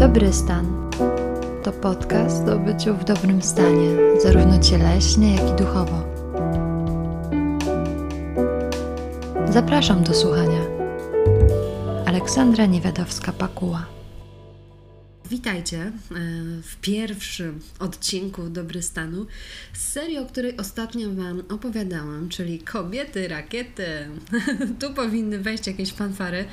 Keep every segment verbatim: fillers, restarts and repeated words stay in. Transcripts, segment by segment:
Dobry stan to podcast o byciu w dobrym stanie, zarówno cieleśnie, jak i duchowo. Zapraszam do słuchania. Aleksandra Niewiadowska-Pakuła. Witajcie w pierwszym odcinku Dobry Stanu z serii, o której ostatnio Wam opowiadałam, czyli Kobiety Rakiety. Tu powinny wejść jakieś fanfary.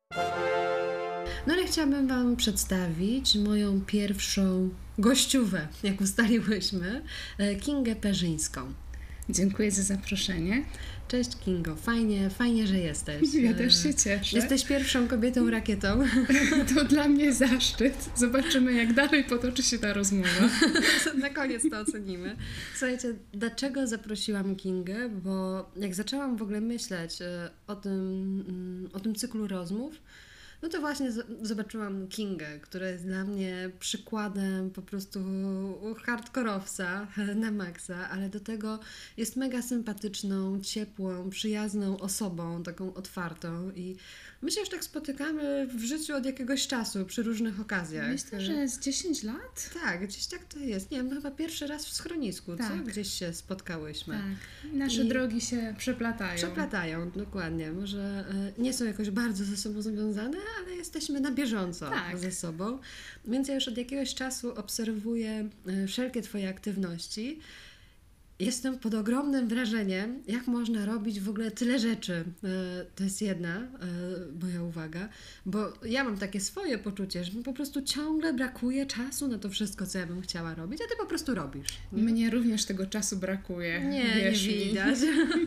No ale chciałabym Wam przedstawić moją pierwszą gościówę, jak ustaliłyśmy, Kingę Perzyńską. Dziękuję za zaproszenie. Cześć Kingo, fajnie, fajnie, że jesteś. Ja też się cieszę. Jesteś pierwszą kobietą rakietą. To dla mnie zaszczyt. Zobaczymy, jak dalej potoczy się ta rozmowa. Na koniec to ocenimy. Słuchajcie, dlaczego zaprosiłam Kingę? Bo jak zaczęłam w ogóle myśleć o tym, o tym cyklu rozmów, no to właśnie zobaczyłam Kingę, która jest dla mnie przykładem po prostu hardkorowca na maksa, ale do tego jest mega sympatyczną, ciepłą, przyjazną osobą, taką otwartą i my się już tak spotykamy w życiu od jakiegoś czasu, przy różnych okazjach. Myślę, że z dziesięć lat? Tak, gdzieś tak to jest. Nie wiem, chyba pierwszy raz w schronisku, tak. co? Gdzieś się spotkałyśmy. Tak, nasze I drogi się przeplatają. Przeplatają, dokładnie. Może nie są jakoś bardzo ze sobą związane, ale jesteśmy na bieżąco tak. ze sobą. Więc ja już od jakiegoś czasu obserwuję wszelkie Twoje aktywności. Jestem pod ogromnym wrażeniem, jak można robić w ogóle tyle rzeczy. To jest jedna moja uwaga, bo ja mam takie swoje poczucie, że mi po prostu ciągle brakuje czasu na to wszystko, co ja bym chciała robić, a Ty po prostu robisz. Nie? Mnie również tego czasu brakuje. Nie, wiesz nie widać.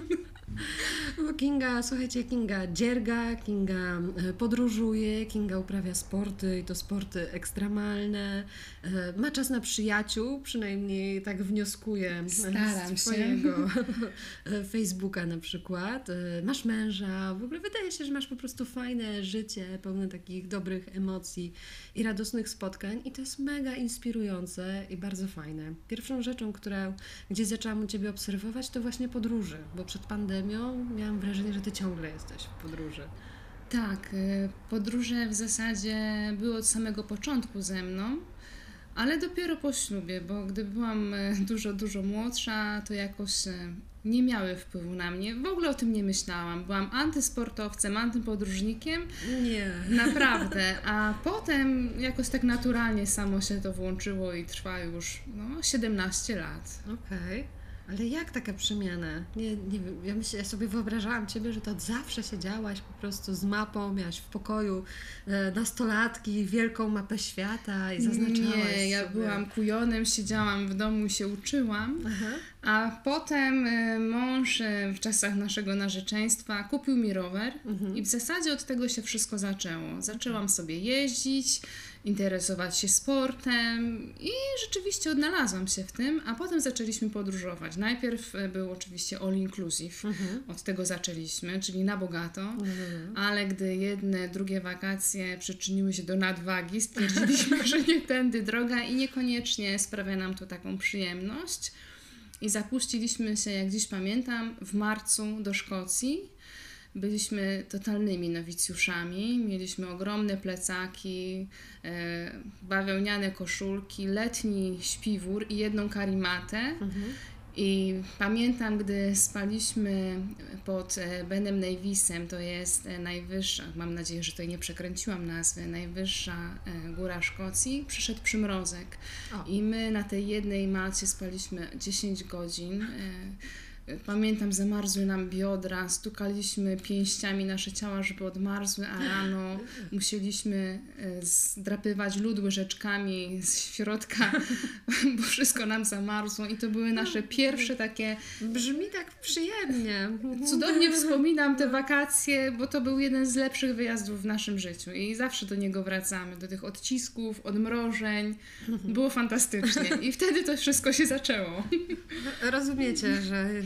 Bo Kinga, słuchajcie, Kinga dzierga, Kinga podróżuje, Kinga uprawia sporty i to sporty ekstremalne, ma czas na przyjaciół, przynajmniej tak wnioskuję Staram z Twojego Facebooka na przykład. Masz męża, w ogóle wydaje się, że masz po prostu fajne życie, pełne takich dobrych emocji i radosnych spotkań i to jest mega inspirujące i bardzo fajne. Pierwszą rzeczą, która gdzieś zaczęłam u Ciebie obserwować, to właśnie podróże, bo przed pandemią miałam wrażenie, że Ty ciągle jesteś w podróży. Tak, podróże w zasadzie były od samego początku ze mną, ale dopiero po ślubie, bo gdy byłam dużo, dużo młodsza, to jakoś nie miały wpływu na mnie. W ogóle o tym nie myślałam. Byłam antysportowcem, antypodróżnikiem. Nie. Naprawdę. A potem jakoś tak naturalnie samo się to włączyło i trwa już no, siedemnaście lat. Okej. Okay. Ale jak taka przemiana? Nie, nie wiem, ja, myślę, ja sobie wyobrażałam Ciebie, że to od zawsze siedziałaś po prostu z mapą, miałaś w pokoju e, nastolatki, wielką mapę świata i zaznaczałaś Nie, ja sobie. byłam kujonem, siedziałam w domu i się uczyłam, Aha. a potem e, mąż e, w czasach naszego narzeczeństwa kupił mi rower mhm. i w zasadzie od tego się wszystko zaczęło. Zaczęłam sobie jeździć, interesować się sportem i rzeczywiście odnalazłam się w tym, a potem zaczęliśmy podróżować. Najpierw był oczywiście all inclusive, mhm. od tego zaczęliśmy, czyli na bogato, mhm. ale gdy jedne, drugie wakacje przyczyniły się do nadwagi, stwierdziliśmy, że nie tędy droga i niekoniecznie sprawia nam to taką przyjemność i zapuściliśmy się, jak dziś pamiętam, w marcu do Szkocji. Byliśmy totalnymi nowicjuszami, mieliśmy ogromne plecaki, e, bawełniane koszulki, letni śpiwór i jedną karimatę. Mhm. I pamiętam, gdy spaliśmy pod Benem Nevisem, to jest najwyższa, mam nadzieję, że tutaj nie przekręciłam nazwy, najwyższa góra Szkocji, przyszedł przymrozek. O. I my na tej jednej macie spaliśmy dziesięć godzin. Pamiętam, zamarzły nam biodra, stukaliśmy pięściami nasze ciała, żeby odmarzły, a rano musieliśmy zdrapywać lód łyżeczkami z środka, bo wszystko nam zamarzło i to były nasze pierwsze takie... Brzmi tak przyjemnie. Cudownie wspominam te wakacje, bo to był jeden z lepszych wyjazdów w naszym życiu i zawsze do niego wracamy, do tych odcisków, odmrożeń. Było fantastycznie i wtedy to wszystko się zaczęło. Rozumiecie, że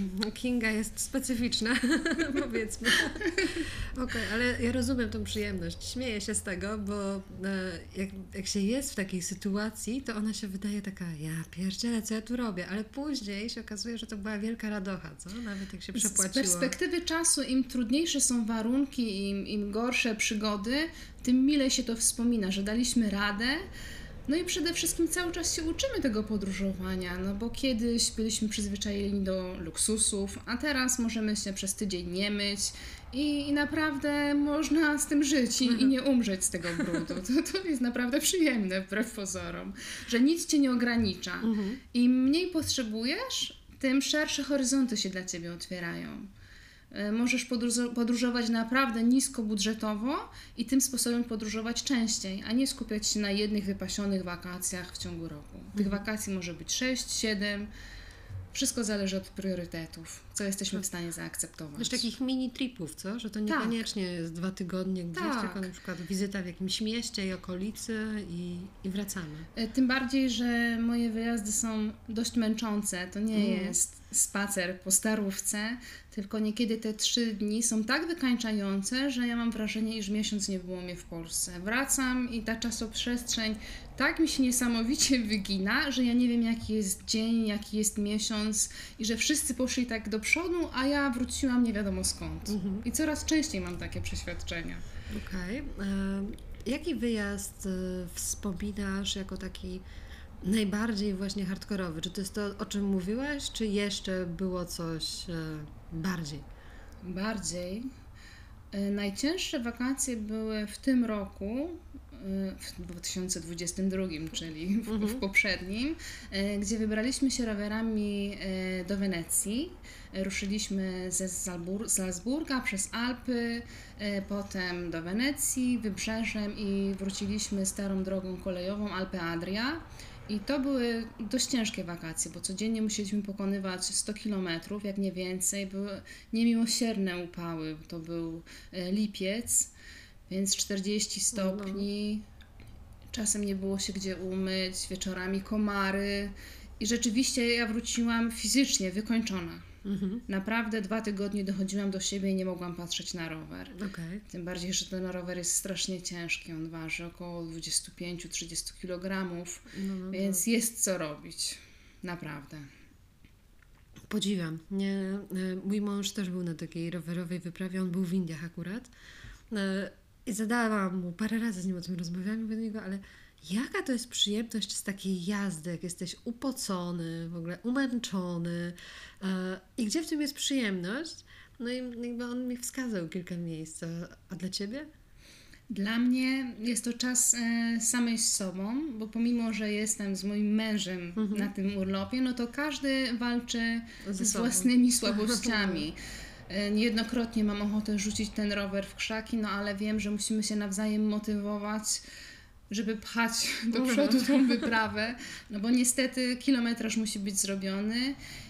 Kinga jest specyficzna, powiedzmy. Okej, okay, ale ja rozumiem tą przyjemność. Śmieję się z tego, bo jak, jak się jest w takiej sytuacji, to ona się wydaje taka, ja pierdzielę, co ja tu robię, ale później się okazuje, że to była wielka radocha, co? Nawet jak się przepłaciło. Z perspektywy czasu, im trudniejsze są warunki, im, im gorsze przygody, tym milej się to wspomina, że daliśmy radę. No i przede wszystkim cały czas się uczymy tego podróżowania, no bo kiedyś byliśmy przyzwyczajeni do luksusów, a teraz możemy się przez tydzień nie myć i, i naprawdę można z tym żyć i, i nie umrzeć z tego brudu. To, to jest naprawdę przyjemne wbrew pozorom, że nic cię nie ogranicza. Mhm. Im mniej potrzebujesz, tym szersze horyzonty się dla ciebie otwierają. Możesz podróżować naprawdę niskobudżetowo i tym sposobem podróżować częściej, a nie skupiać się na jednych wypasionych wakacjach w ciągu roku. Tych wakacji może być sześć, siedem. Wszystko zależy od priorytetów, co jesteśmy w stanie zaakceptować. Też takich mini tripów, co? Że to niekoniecznie tak. jest dwa tygodnie gdzieś, tak. tylko na przykład wizyta w jakimś mieście i okolicy i, i wracamy. Tym bardziej, że moje wyjazdy są dość męczące. To nie mm. jest spacer po Starówce, tylko niekiedy te trzy dni są tak wykańczające, że ja mam wrażenie, iż miesiąc nie było mnie w Polsce. Wracam i ta czasoprzestrzeń tak mi się niesamowicie wygina, że ja nie wiem, jaki jest dzień, jaki jest miesiąc i że wszyscy poszli tak do przodu, a ja wróciłam nie wiadomo skąd. Mhm. I coraz częściej mam takie przeświadczenia. Okej. Okay. Jaki wyjazd wspominasz jako taki najbardziej właśnie hardkorowy? Czy to jest to, o czym mówiłaś, czy jeszcze było coś bardziej? Bardziej. Najcięższe wakacje były w tym roku, w dwa tysiące dwudziestym drugim, czyli w, mhm. w poprzednim, gdzie wybraliśmy się rowerami do Wenecji. Ruszyliśmy ze Salzbur- Salzburga przez Alpy, potem do Wenecji, wybrzeżem i wróciliśmy starą drogą kolejową Alpe Adria. I to były dość ciężkie wakacje, bo codziennie musieliśmy pokonywać sto kilometrów, jak nie więcej. Były niemiłosierne upały, to był lipiec, więc czterdzieści stopni, czasem nie było się gdzie umyć, wieczorami komary i rzeczywiście ja wróciłam fizycznie wykończona. Mhm. Naprawdę dwa tygodnie dochodziłam do siebie i nie mogłam patrzeć na rower. Okay. Tym bardziej, że ten rower jest strasznie ciężki. On waży około dwadzieścia pięć do trzydziestu kilogramów, no, no, więc no. jest co robić. Naprawdę. Podziwiam. Nie, mój mąż też był na takiej rowerowej wyprawie. On był w Indiach akurat. I zadałam mu, parę razy z nim o tym rozmawiałam, mówię do niego, ale jaka to jest przyjemność z takiej jazdy, jak jesteś upocony, w ogóle umęczony yy, i gdzie w tym jest przyjemność? No i jakby on mi wskazał kilka miejsc. A dla Ciebie? Dla mnie jest to czas e, samej z sobą, bo pomimo, że jestem z moim mężem mhm. na tym urlopie, no to każdy walczy Ze z sobą. własnymi słabościami. Niejednokrotnie mam ochotę rzucić ten rower w krzaki, no ale wiem, że musimy się nawzajem motywować, żeby pchać do przodu tą wyprawę, no bo niestety kilometraż musi być zrobiony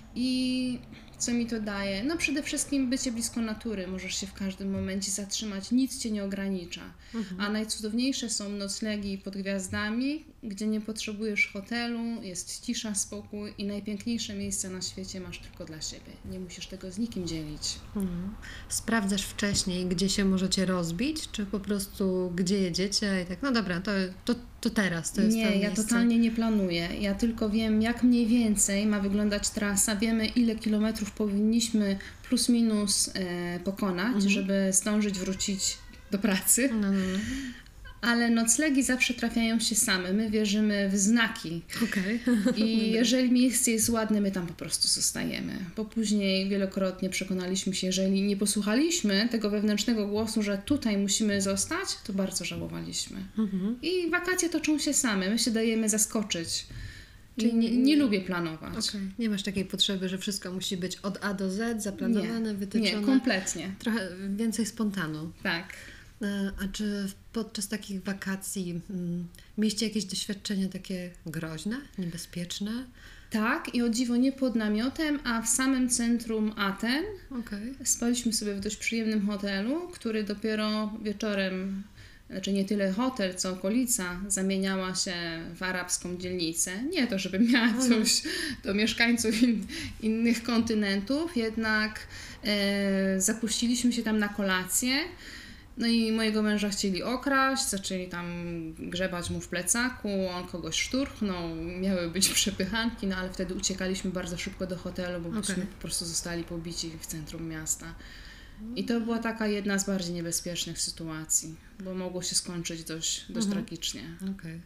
i co mi to daje? No przede wszystkim bycie blisko natury, możesz się w każdym momencie zatrzymać, nic Cię nie ogranicza, mhm. a najcudowniejsze są noclegi pod gwiazdami, gdzie nie potrzebujesz hotelu, jest cisza, spokój i najpiękniejsze miejsce na świecie masz tylko dla siebie, nie musisz tego z nikim dzielić. Mhm. Sprawdzasz wcześniej, gdzie się możecie rozbić, czy po prostu gdzie jedziecie i tak, no dobra, to, to, to teraz, to jest Nie, to ja miejsce. totalnie nie planuję, ja tylko wiem, jak mniej więcej ma wyglądać trasa, wiemy, ile kilometrów powinniśmy plus minus e, pokonać, mhm. żeby zdążyć wrócić do pracy. No, no, no. Ale noclegi zawsze trafiają się same. My wierzymy w znaki. Okay. I jeżeli miejsce jest ładne, my tam po prostu zostajemy. Bo później wielokrotnie przekonaliśmy się, jeżeli nie posłuchaliśmy tego wewnętrznego głosu, że tutaj musimy zostać, to bardzo żałowaliśmy. Mhm. I wakacje toczą się same. My się dajemy zaskoczyć. Czyli nie, nie lubię planować. Okay. Nie masz takiej potrzeby, że wszystko musi być od A do Z, zaplanowane, nie, wytyczone. Nie, kompletnie. Trochę więcej spontanu. Tak. A czy podczas takich wakacji hmm, mieliście jakieś doświadczenia takie groźne, niebezpieczne? Tak, i o dziwo nie pod namiotem, a w samym centrum Aten. Okay. Spaliśmy sobie w dość przyjemnym hotelu, który dopiero wieczorem znaczy nie tyle hotel, co okolica zamieniała się w arabską dzielnicę. Nie to, żeby miała coś do mieszkańców in, innych kontynentów, jednak e, zapuściliśmy się tam na kolację. No i mojego męża chcieli okraść, zaczęli tam grzebać mu w plecaku, on kogoś szturchnął, miały być przepychanki, no ale wtedy uciekaliśmy bardzo szybko do hotelu, bo byśmy Okay. po prostu zostali pobici w centrum miasta. I to była taka jedna z bardziej niebezpiecznych sytuacji, bo mogło się skończyć dość, dość Mhm. tragicznie. Okej.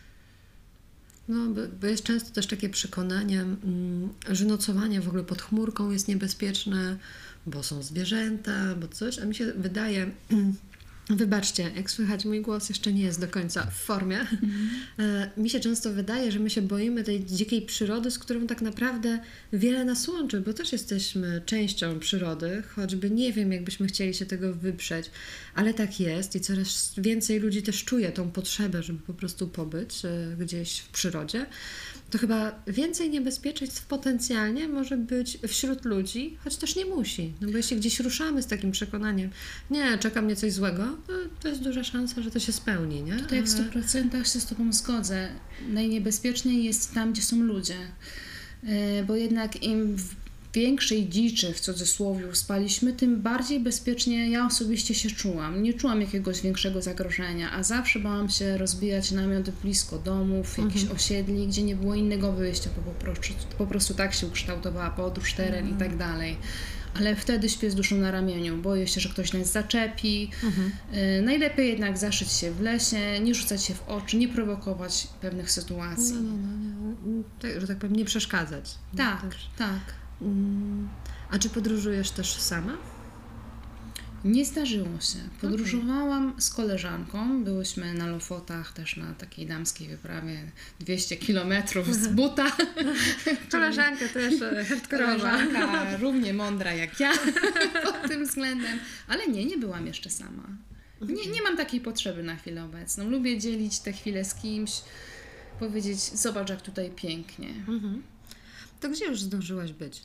No, bo, bo jest często też takie przekonanie, mm, że nocowanie w ogóle pod chmurką jest niebezpieczne, bo są zwierzęta, bo coś, a mi się wydaje, wybaczcie, jak słychać, mój głos jeszcze nie jest do końca w formie. E, Mi się często wydaje, że my się boimy tej dzikiej przyrody, z którą tak naprawdę wiele nas łączy, bo też jesteśmy częścią przyrody, choćby nie wiem, jakbyśmy chcieli się tego wyprzeć, ale tak jest i coraz więcej ludzi też czuje tą potrzebę, żeby po prostu pobyć e, gdzieś w przyrodzie. To chyba więcej niebezpieczeństw potencjalnie może być wśród ludzi, choć też nie musi. No bo jeśli gdzieś ruszamy z takim przekonaniem, nie, czeka mnie coś złego, to, to jest duża szansa, że to się spełni, nie? Tutaj w stu procentach się z Tobą zgodzę. Najniebezpieczniej jest tam, gdzie są ludzie. Yy, Bo jednak im w większej dziczy, w cudzysłowie, spaliśmy, tym bardziej bezpiecznie ja osobiście się czułam. Nie czułam jakiegoś większego zagrożenia, a zawsze bałam się rozbijać namiot blisko domów, jakichś Mhm. osiedli, gdzie nie było innego wyjścia, bo po prostu, po prostu tak się ukształtowała podróż, teren i tak dalej. Ale wtedy śpię z duszą na ramieniu. Boję się, że ktoś nas zaczepi. Mhm. Y, Najlepiej jednak zaszyć się w lesie, nie rzucać się w oczy, nie prowokować pewnych sytuacji. No, no, no, nie, tak, że tak powiem, nie przeszkadzać. Tak, No, też. tak. Mm, A czy podróżujesz też sama? Nie zdarzyło się. Podróżowałam z koleżanką. Byłyśmy na Lofotach, też na takiej damskiej wyprawie dwieście kilometrów z buta. Koleżanka też e, hardkorowa. Koleżanka równie mądra jak ja pod tym względem. Ale nie, nie byłam jeszcze sama. Nie, nie mam takiej potrzeby na chwilę obecną. Lubię dzielić te chwile z kimś, powiedzieć, zobacz jak tutaj pięknie. Mhm. To gdzie już zdążyłaś być?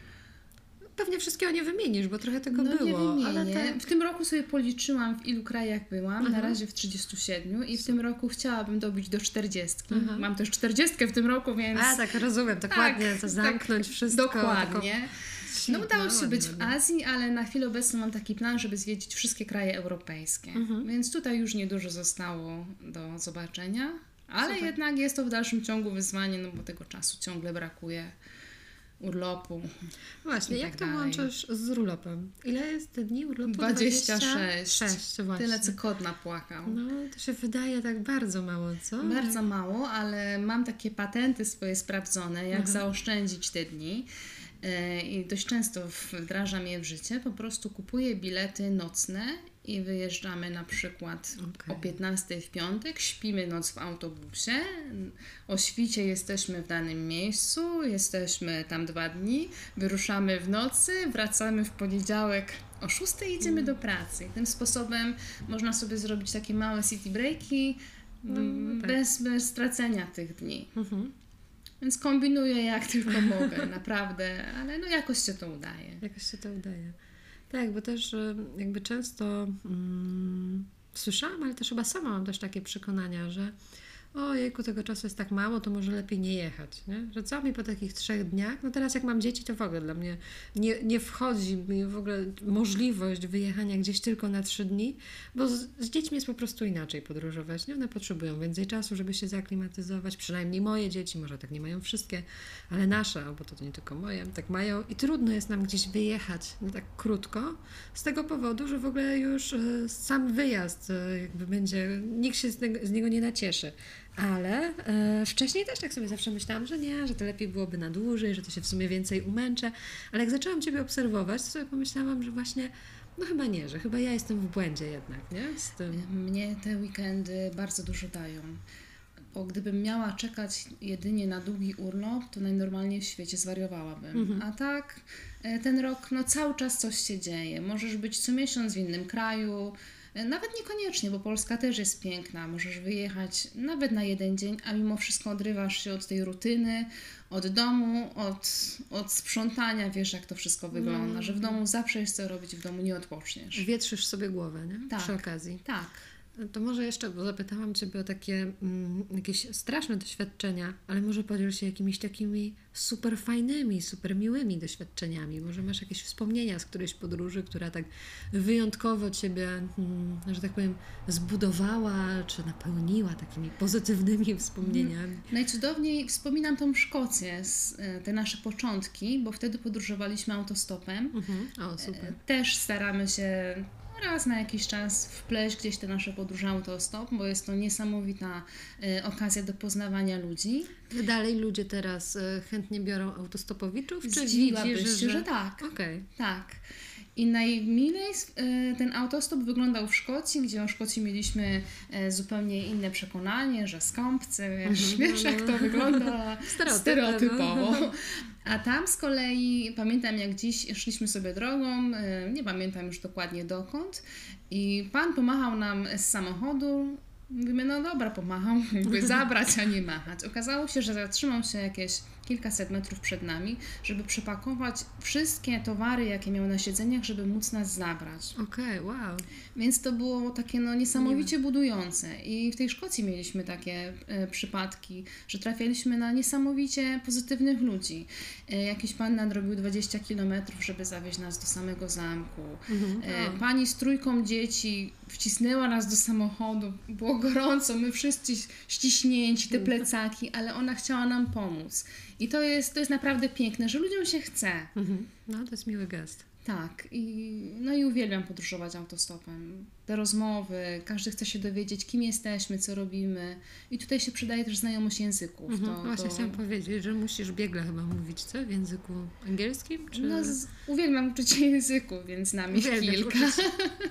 Pewnie wszystkiego nie wymienisz, bo trochę tego No było. nie ale wymienię. tak... W tym roku sobie policzyłam, w ilu krajach byłam. Aha. Na razie w trzydziestu siedmiu i w tym roku chciałabym dobić do czterdziestki. Aha. Mam też czterdziestkę w tym roku, więc... A, tak, rozumiem, dokładnie, to zamknąć tak, wszystko. Dokładnie. Taką... No udało się ładnie, być w ładnie. Azji, ale na chwilę obecną mam taki plan, żeby zwiedzić wszystkie kraje europejskie. Mhm. Więc tutaj już niedużo zostało do zobaczenia, ale Super. jednak jest to w dalszym ciągu wyzwanie, no bo tego czasu ciągle brakuje, urlopu. Właśnie, i jak tak to dalej. łączysz z urlopem? Ile jest dni urlopu? dwadzieścia sześć. sześć, właśnie. Tyle, co kot napłakał. No, to się wydaje tak bardzo mało, co? Bardzo mało, ale mam takie patenty swoje sprawdzone, jak Mhm. zaoszczędzić te dni. Yy, I dość często wdrażam je w życie. Po prostu kupuję bilety nocne i wyjeżdżamy na przykład Okej. o piętnastej w piątek, śpimy noc w autobusie, o świcie jesteśmy w danym miejscu, jesteśmy tam dwa dni, wyruszamy w nocy, wracamy w poniedziałek o szóstej i idziemy do pracy. I tym sposobem można sobie zrobić takie małe city breaki No, no tak. bez, bez stracenia tych dni. Mhm. Więc kombinuję jak tylko mogę, naprawdę, ale no jakoś się to udaje. Jakoś się to udaje. Tak, bo też y, jakby często mm, słyszałam, ale też chyba sama mam też takie przekonania, że ojejku, tego czasu jest tak mało, to może lepiej nie jechać, nie? Że co mi po takich trzech dniach, no teraz jak mam dzieci, to w ogóle dla mnie nie, nie wchodzi mi w ogóle możliwość wyjechania gdzieś tylko na trzy dni, bo z, z dziećmi jest po prostu inaczej podróżować, nie? One potrzebują więcej czasu, żeby się zaklimatyzować, przynajmniej moje dzieci, może tak nie mają wszystkie, ale nasze, bo to nie tylko moje, tak mają i trudno jest nam gdzieś wyjechać, no tak krótko, z tego powodu, że w ogóle już y, sam wyjazd y, jakby będzie, nikt się z, tego, z niego nie nacieszy. Ale e, wcześniej też tak sobie zawsze myślałam, że nie, że to lepiej byłoby na dłużej, że to się w sumie więcej umęczę. Ale jak zaczęłam Ciebie obserwować, to sobie pomyślałam, że właśnie, no chyba nie, że chyba ja jestem w błędzie jednak, nie? Z tym. Mnie te weekendy bardzo dużo dają. Bo gdybym miała czekać jedynie na długi urlop, to najnormalniej w świecie zwariowałabym. Mhm. A tak e, ten rok, no cały czas coś się dzieje. Możesz być co miesiąc w innym kraju, e, nawet niekoniecznie, bo Polska też jest piękna. Możesz wyjechać nawet na jeden dzień, a mimo wszystko odrywasz się od tej rutyny, od domu, od, od sprzątania. Wiesz, jak to wszystko wygląda, No. że w domu zawsze jest co robić, w domu nie odpoczniesz. Wietrzysz sobie głowę, nie? Tak. Przy okazji. Tak. To może jeszcze, bo zapytałam Ciebie o takie mm, jakieś straszne doświadczenia, ale może podziel się jakimiś takimi super fajnymi, super miłymi doświadczeniami. Może masz jakieś wspomnienia z którejś podróży, która tak wyjątkowo Ciebie, mm, że tak powiem, zbudowała, czy napełniła takimi pozytywnymi wspomnieniami. Najcudowniej wspominam tą Szkocję, z, te nasze początki, bo wtedy podróżowaliśmy autostopem. Mhm. O, super. Też staramy się raz na jakiś czas wpleść gdzieś te nasze podróże autostop, bo jest to niesamowita y, okazja do poznawania ludzi. Dalej ludzie teraz y, chętnie biorą autostopowiczów, czy Zdziwiłabyś widzisz, się, że... że tak. Okej. Tak. I najmilej y, ten autostop wyglądał w Szkocji, gdzie o Szkocji mieliśmy y, zupełnie inne przekonanie, że skąpcy, wiesz, Mhm. wiesz jak to wygląda Stereotyp, stereotypowo. no. A tam z kolei, pamiętam jak dziś szliśmy sobie drogą, y, nie pamiętam już dokładnie dokąd, i pan pomachał nam z samochodu. Mówimy, no dobra, pomachał, jakby zabrać, a nie machać. Okazało się, że zatrzymał się jakieś kilkaset metrów przed nami, żeby przepakować wszystkie towary, jakie miał na siedzeniach, żeby móc nas zabrać. Okej, wow. Więc to było takie no, niesamowicie budujące. I w tej Szkocji mieliśmy takie e, przypadki, że trafialiśmy na niesamowicie pozytywnych ludzi. E, jakiś pan nadrobił dwadzieścia kilometrów, żeby zawieźć nas do samego zamku. Mhm. E, pani z trójką dzieci wcisnęła nas do samochodu. Było gorąco, my wszyscy ściśnięci, te plecaki, ale ona chciała nam pomóc. I to jest, to jest naprawdę piękne, że ludziom się chce. Mhm. No, to jest miły gest. Tak, i, no i uwielbiam podróżować autostopem. Te rozmowy, każdy chce się dowiedzieć, kim jesteśmy, co robimy. I tutaj się przydaje też znajomość języków. Mhm. To, Właśnie to... chciałam powiedzieć, że musisz biegle chyba mówić, co? W języku angielskim? Czy... No, z... Uwielbiam uczyć się języków, więc znam ich Uwielbiasz kilka. uczyć.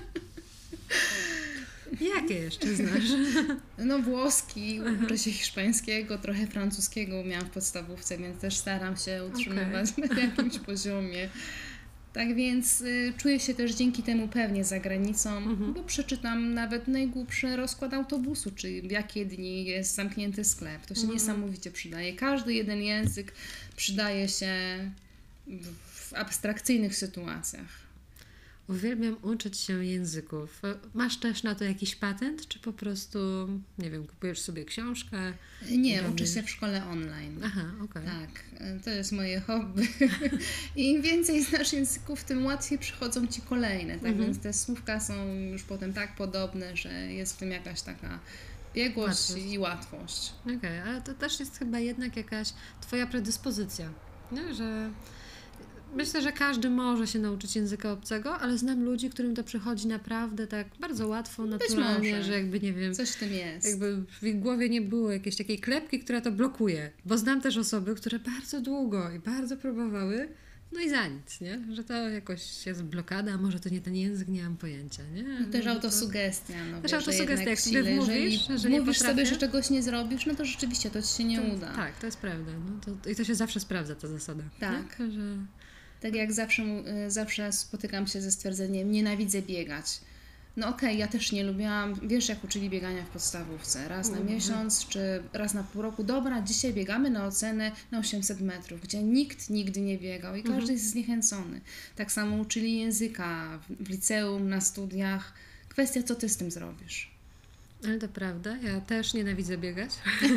Jakie jeszcze znasz? No włoski, uczę się hiszpańskiego, trochę francuskiego miałam w podstawówce, więc też staram się utrzymywać okay. na jakimś poziomie. Tak więc y, czuję się też dzięki temu pewnie za granicą, mhm. bo przeczytam nawet najgłupszy rozkład autobusu, czy w jakie dni jest zamknięty sklep. To się mhm. niesamowicie przydaje. Każdy jeden język przydaje się w, w abstrakcyjnych sytuacjach. Uwielbiam uczyć się języków. Masz też na to jakiś patent, czy po prostu, nie wiem, kupujesz sobie książkę? Nie, uczę się w szkole online. Aha, okej. Okay. Tak, to jest moje hobby. I im więcej znasz języków, tym łatwiej przychodzą Ci kolejne. Tak mhm. więc te słówka są już potem tak podobne, że jest w tym jakaś taka biegłość łatwość. i łatwość. Okej, okay, ale to też jest chyba jednak jakaś Twoja predyspozycja, nie? Że... Myślę, że każdy może się nauczyć języka obcego, ale znam ludzi, którym to przychodzi naprawdę tak bardzo łatwo, naturalnie, że jakby, nie wiem, coś w tym jest. Jakby w ich głowie nie było jakiejś takiej klepki, która to blokuje. Bo znam też osoby, które bardzo długo i bardzo próbowały, no i za nic, nie? Że to jakoś jest blokada, a może to nie ten język, nie mam pojęcia, nie? No też autosugestia. No też wiesz, autosugestia, jak sobie ile, wmówisz, jeżeli że nie mówisz potrafię, sobie, że czegoś nie zrobisz, no to rzeczywiście to Ci się nie to, uda. Tak, to jest prawda. No to, i to się zawsze sprawdza, ta zasada. Tak. Nie? Że... Tak jak zawsze, zawsze spotykam się ze stwierdzeniem, nienawidzę biegać. No okej, okay, ja też nie lubiłam, wiesz jak uczyli biegania w podstawówce, raz na mm-hmm. miesiąc czy raz na pół roku, dobra, dzisiaj biegamy na ocenę na osiemset metrów, gdzie nikt nigdy nie biegał i każdy mm-hmm. jest zniechęcony. Tak samo uczyli języka w, w liceum, na studiach. Kwestia, co Ty z tym zrobisz? Ale to prawda, ja też nienawidzę biegać.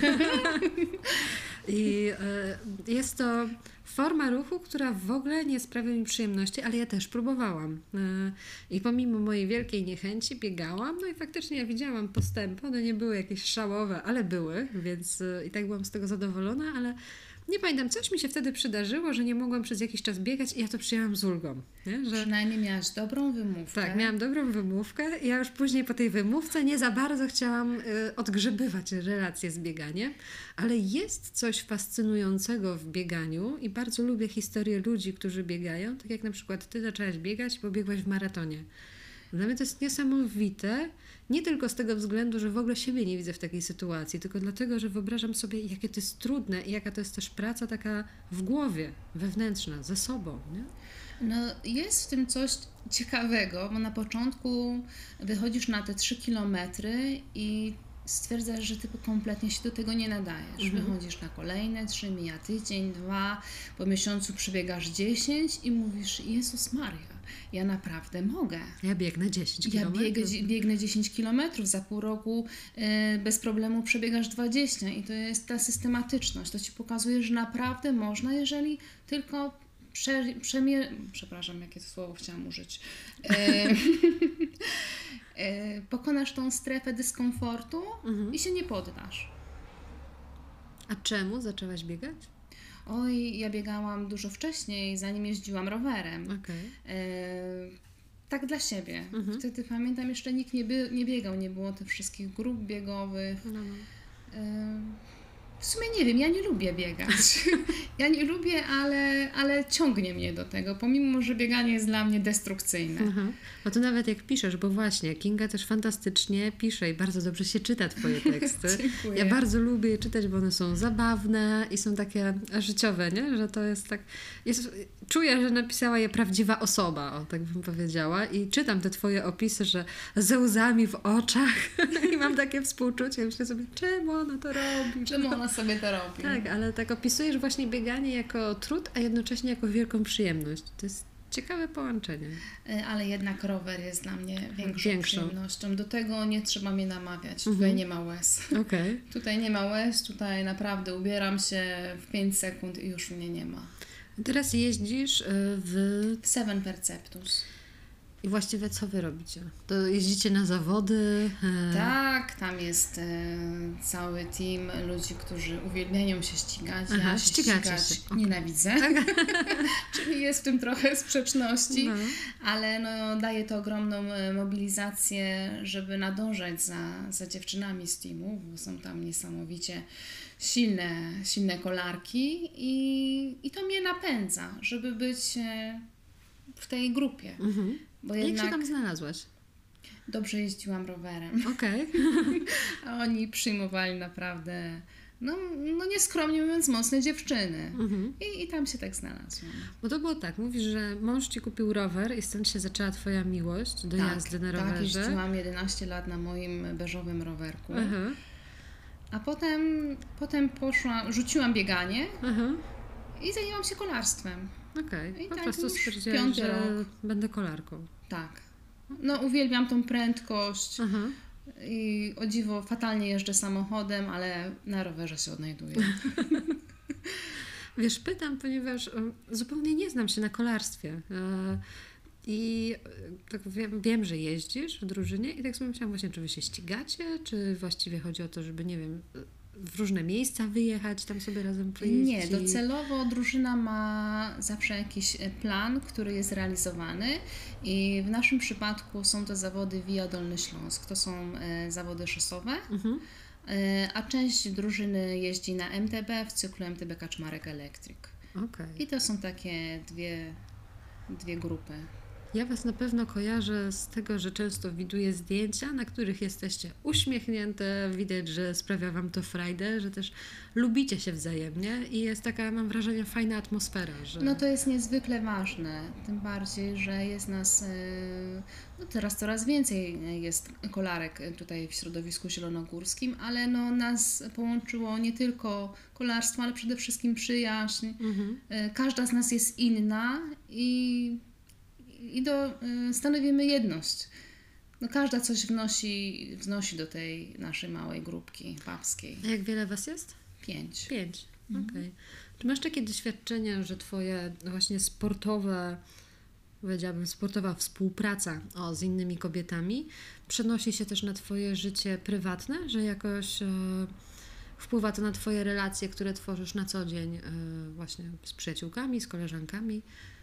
I y, jest to forma ruchu, która w ogóle nie sprawia mi przyjemności, ale ja też próbowałam. Y, I pomimo mojej wielkiej niechęci biegałam, no i faktycznie ja widziałam postępy, one nie były jakieś szałowe, ale były, więc y, i tak byłam z tego zadowolona, ale nie pamiętam, coś mi się wtedy przydarzyło, że nie mogłam przez jakiś czas biegać i ja to przyjęłam z ulgą. Nie? Że... Przynajmniej miałaś dobrą wymówkę. Tak, miałam dobrą wymówkę i ja już później po tej wymówce nie za bardzo chciałam y, odgrzebywać relacje z bieganiem, ale jest coś fascynującego w bieganiu i bardzo lubię historię ludzi, którzy biegają, tak jak na przykład Ty zaczęłaś biegać, bo biegłaś w maratonie. Dla mnie to jest niesamowite, nie tylko z tego względu, że w ogóle siebie nie widzę w takiej sytuacji, tylko dlatego, że wyobrażam sobie, jakie to jest trudne i jaka to jest też praca taka w głowie, wewnętrzna, ze sobą. Nie? No jest w tym coś ciekawego, bo na początku wychodzisz na te trzy kilometry i stwierdzasz, że ty kompletnie się do tego nie nadajesz. Mhm. Wychodzisz na kolejne trzy, mija tydzień, dwa, po miesiącu przebiegasz dziesięć i mówisz, Jezus Maria, ja naprawdę mogę. Ja biegnę dziesięć Ja kilometrów. biegę, biegnę dziesięć kilometrów, za pół roku y, bez problemu przebiegasz dwadzieścia i to jest ta systematyczność. To ci pokazuje, że naprawdę można, jeżeli tylko prze, przemie... Przepraszam, jakie to słowo chciałam użyć. Y, y, pokonasz tą strefę dyskomfortu Mhm. i się nie poddasz. A czemu zaczęłaś biegać? Oj, ja biegałam dużo wcześniej, zanim jeździłam rowerem. Okej. E, tak dla siebie. Mhm. Wtedy pamiętam, jeszcze nikt nie, by, nie biegał, nie było tych wszystkich grup biegowych. No, no. E, w sumie nie wiem, ja nie lubię biegać. Ja nie lubię, ale, ale ciągnie mnie do tego, pomimo, że bieganie jest dla mnie destrukcyjne. Aha. No to nawet jak piszesz, bo właśnie Kinga też fantastycznie pisze i bardzo dobrze się czyta twoje teksty. Dziękuję. Ja bardzo lubię je czytać, bo one są zabawne i są takie życiowe, nie? Że to jest tak... Jest, czuję, że napisała je prawdziwa osoba, o tak bym powiedziała. I czytam te twoje opisy, że ze łzami w oczach i mam takie współczucie. Myślę sobie, czemu ona to robi? Czemu ona sobie to robi? Tak, ale tak opisujesz właśnie bieganie jako trud, a jednocześnie jako wielką przyjemność. To jest ciekawe połączenie. E, Ale jednak rower jest dla mnie większą, Większą. przyjemnością. Do tego nie trzeba mnie namawiać. Mhm. Tutaj nie ma łez. Okej. Tutaj nie ma łez, tutaj naprawdę ubieram się w pięć sekund i już mnie nie ma. Teraz jeździsz y, w... Seven Perceptus. I właściwie co wy robicie? To jeździcie na zawody? e, Tak, tam jest e, cały team ludzi, którzy uwielbiają się ścigać. Aha, ja się ścigacie ścigać się. Okej. nienawidzę. Czyli jest w tym trochę sprzeczności, No. ale no, daje to ogromną e, mobilizację, żeby nadążać za, za dziewczynami z teamu, bo są tam niesamowicie silne, silne kolarki i, i to mnie napędza, żeby być e, w tej grupie. Mhm. Bo Jak jednak się tam znalazłaś? dobrze jeździłam rowerem. Okej. A oni przyjmowali naprawdę, no, no nieskromnie mówiąc, mocne dziewczyny. Mhm. I, I tam się tak znalazłam. Bo to było tak, mówisz, że mąż ci kupił rower i stąd się zaczęła twoja miłość do jazdy na tak, rowerze. jeździłam jedenaście lat na moim beżowym rowerku. Aha, A potem, potem poszłam, rzuciłam bieganie aha. i zajęłam się kolarstwem. Okej. I Po tak prostu już stwierdziłaś, piąty że rok. będę kolarką. Tak. No uwielbiam tą prędkość Aha. i o dziwo fatalnie jeżdżę samochodem, ale na rowerze się odnajduję. Wiesz, pytam, ponieważ um, zupełnie nie znam się na kolarstwie. E, I e, tak wiem, wiem, że jeździsz w drużynie i tak sobie myślałam właśnie, czy wy się ścigacie, czy właściwie chodzi o to, żeby, nie wiem, w różne miejsca wyjechać, tam sobie razem pojeździć? Nie, docelowo drużyna ma zawsze jakiś plan, który jest realizowany i w naszym przypadku są to zawody Via Dolny Śląsk. To są e, zawody szosowe, Mhm. e, a część drużyny jeździ na M T B w cyklu M T B Kaczmarek Electric. Okej. I to są takie dwie, dwie grupy. Ja was na pewno kojarzę z tego, że często widuję zdjęcia, na których jesteście uśmiechnięte, widać, że sprawia wam to frajdę, że też lubicie się wzajemnie i jest taka, mam wrażenie, fajna atmosfera, że... No to jest niezwykle ważne, tym bardziej, że jest nas, e, no teraz coraz więcej jest kolarek tutaj w środowisku zielonogórskim, ale no nas połączyło nie tylko kolarstwo, ale przede wszystkim przyjaźń. Mhm. E, Każda z nas jest inna i, i do, e, stanowimy jedność. No każda coś wnosi, wnosi do tej naszej małej grupki babskiej. A jak wiele was jest? Pięć. Pięć. Okej. Czy masz takie doświadczenia, że twoje no właśnie sportowe, powiedziałabym, sportowa współpraca o, z innymi kobietami przenosi się też na twoje życie prywatne, że jakoś e, wpływa to na twoje relacje, które tworzysz na co dzień e, właśnie z przyjaciółkami, z koleżankami?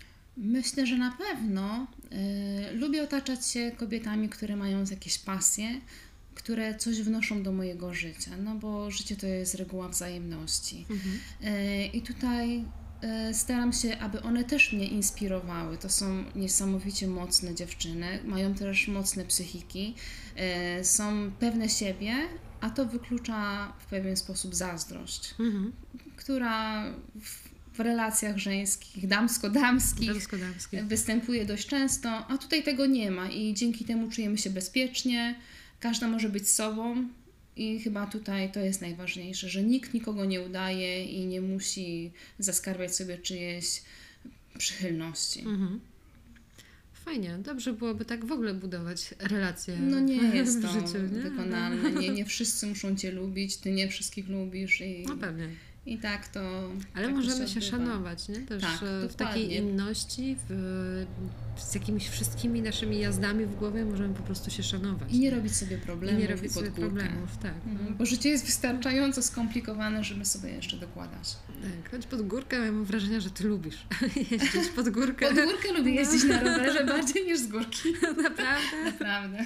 Myślę, że na pewno. Y, lubię otaczać się kobietami, które mają jakieś pasje, które coś wnoszą do mojego życia, no bo życie to jest reguła wzajemności. Mhm. Y, I tutaj y, staram się, aby one też mnie inspirowały. To są niesamowicie mocne dziewczyny, mają też mocne psychiki, y, są pewne siebie, a to wyklucza w pewien sposób zazdrość, Mhm. która w, w relacjach żeńskich, damsko-damskich Damsko-damskie. występuje dość często, a tutaj tego nie ma i dzięki temu czujemy się bezpiecznie, każda może być sobą I chyba tutaj to jest najważniejsze, że nikt nikogo nie udaje i nie musi zaskarbiać sobie czyjejś przychylności. Mhm. Fajnie, dobrze byłoby tak w ogóle budować relacje No nie jest w to życiu, nie? wykonalne. Nie, nie wszyscy muszą Cię lubić, Ty nie wszystkich lubisz. I, No pewnie. i tak to Ale tak możemy to się odbywa. szanować, nie? Też Tak, e, w dokładnie. takiej inności, w, z jakimiś wszystkimi naszymi jazdami w głowie możemy po prostu się szanować. I nie robić sobie I problemów nie robić sobie pod górkę. problemów, tak. Mhm, bo życie jest wystarczająco skomplikowane, żeby sobie jeszcze dokładać. Tak, choć pod górkę ja mam wrażenie, że ty lubisz jeździć pod górkę. Pod górkę lubię jeździć na rowerze bardziej niż z górki. Naprawdę? Naprawdę.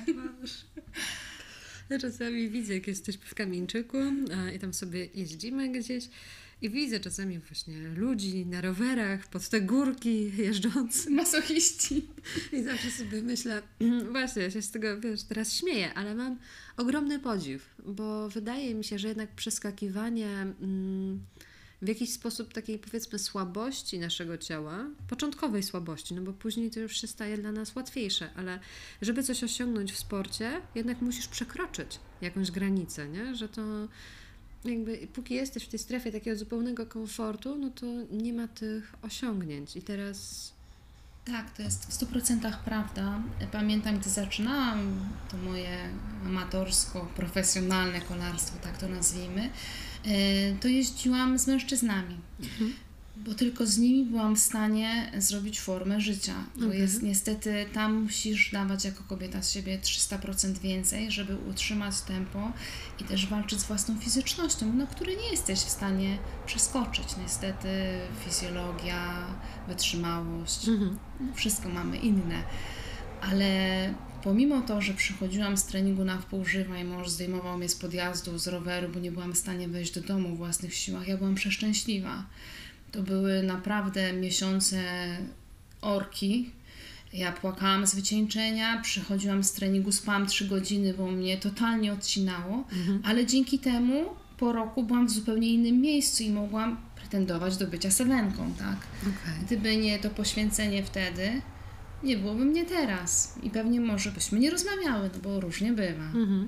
Ja czasami widzę, jak jesteśmy w Kamieńczyku a, i tam sobie jeździmy gdzieś i widzę czasami właśnie ludzi na rowerach pod te górki jeżdżąc Masochiści. i zawsze sobie myślę, właśnie, ja się z tego, wiesz, teraz śmieję, ale mam ogromny podziw, bo wydaje mi się, że jednak przeskakiwanie mm, w jakiś sposób takiej, powiedzmy, słabości naszego ciała, początkowej słabości, no bo później to już się staje dla nas łatwiejsze, ale żeby coś osiągnąć w sporcie, jednak musisz przekroczyć jakąś granicę, nie? Że to jakby póki jesteś w tej strefie takiego zupełnego komfortu, no to nie ma tych osiągnięć i teraz... Tak, to jest w stu procentach prawda. Pamiętam, gdy zaczynałam to moje amatorsko-profesjonalne kolarstwo, tak to nazwijmy, to jeździłam z mężczyznami, mhm. bo tylko z nimi byłam w stanie zrobić formę życia. Bo Okay. jest niestety, tam musisz dawać jako kobieta z siebie trzysta procent więcej, żeby utrzymać tempo i też walczyć z własną fizycznością, no, której nie jesteś w stanie przeskoczyć. Niestety fizjologia, wytrzymałość, Mhm. wszystko mamy inne. Ale pomimo to, że przychodziłam z treningu na wpół żywa i mąż zdejmował mnie z podjazdu, z roweru, bo nie byłam w stanie wejść do domu w własnych siłach, ja byłam przeszczęśliwa. To były naprawdę miesiące orki. Ja płakałam z wycieńczenia, przychodziłam z treningu, spałam trzy godziny, bo mnie totalnie odcinało, mhm. ale dzięki temu po roku byłam w zupełnie innym miejscu i mogłam pretendować do bycia sewenką, tak? Okay. Gdyby nie to poświęcenie wtedy, nie byłoby mnie teraz i pewnie może byśmy nie rozmawiały, no bo różnie bywa. Mhm.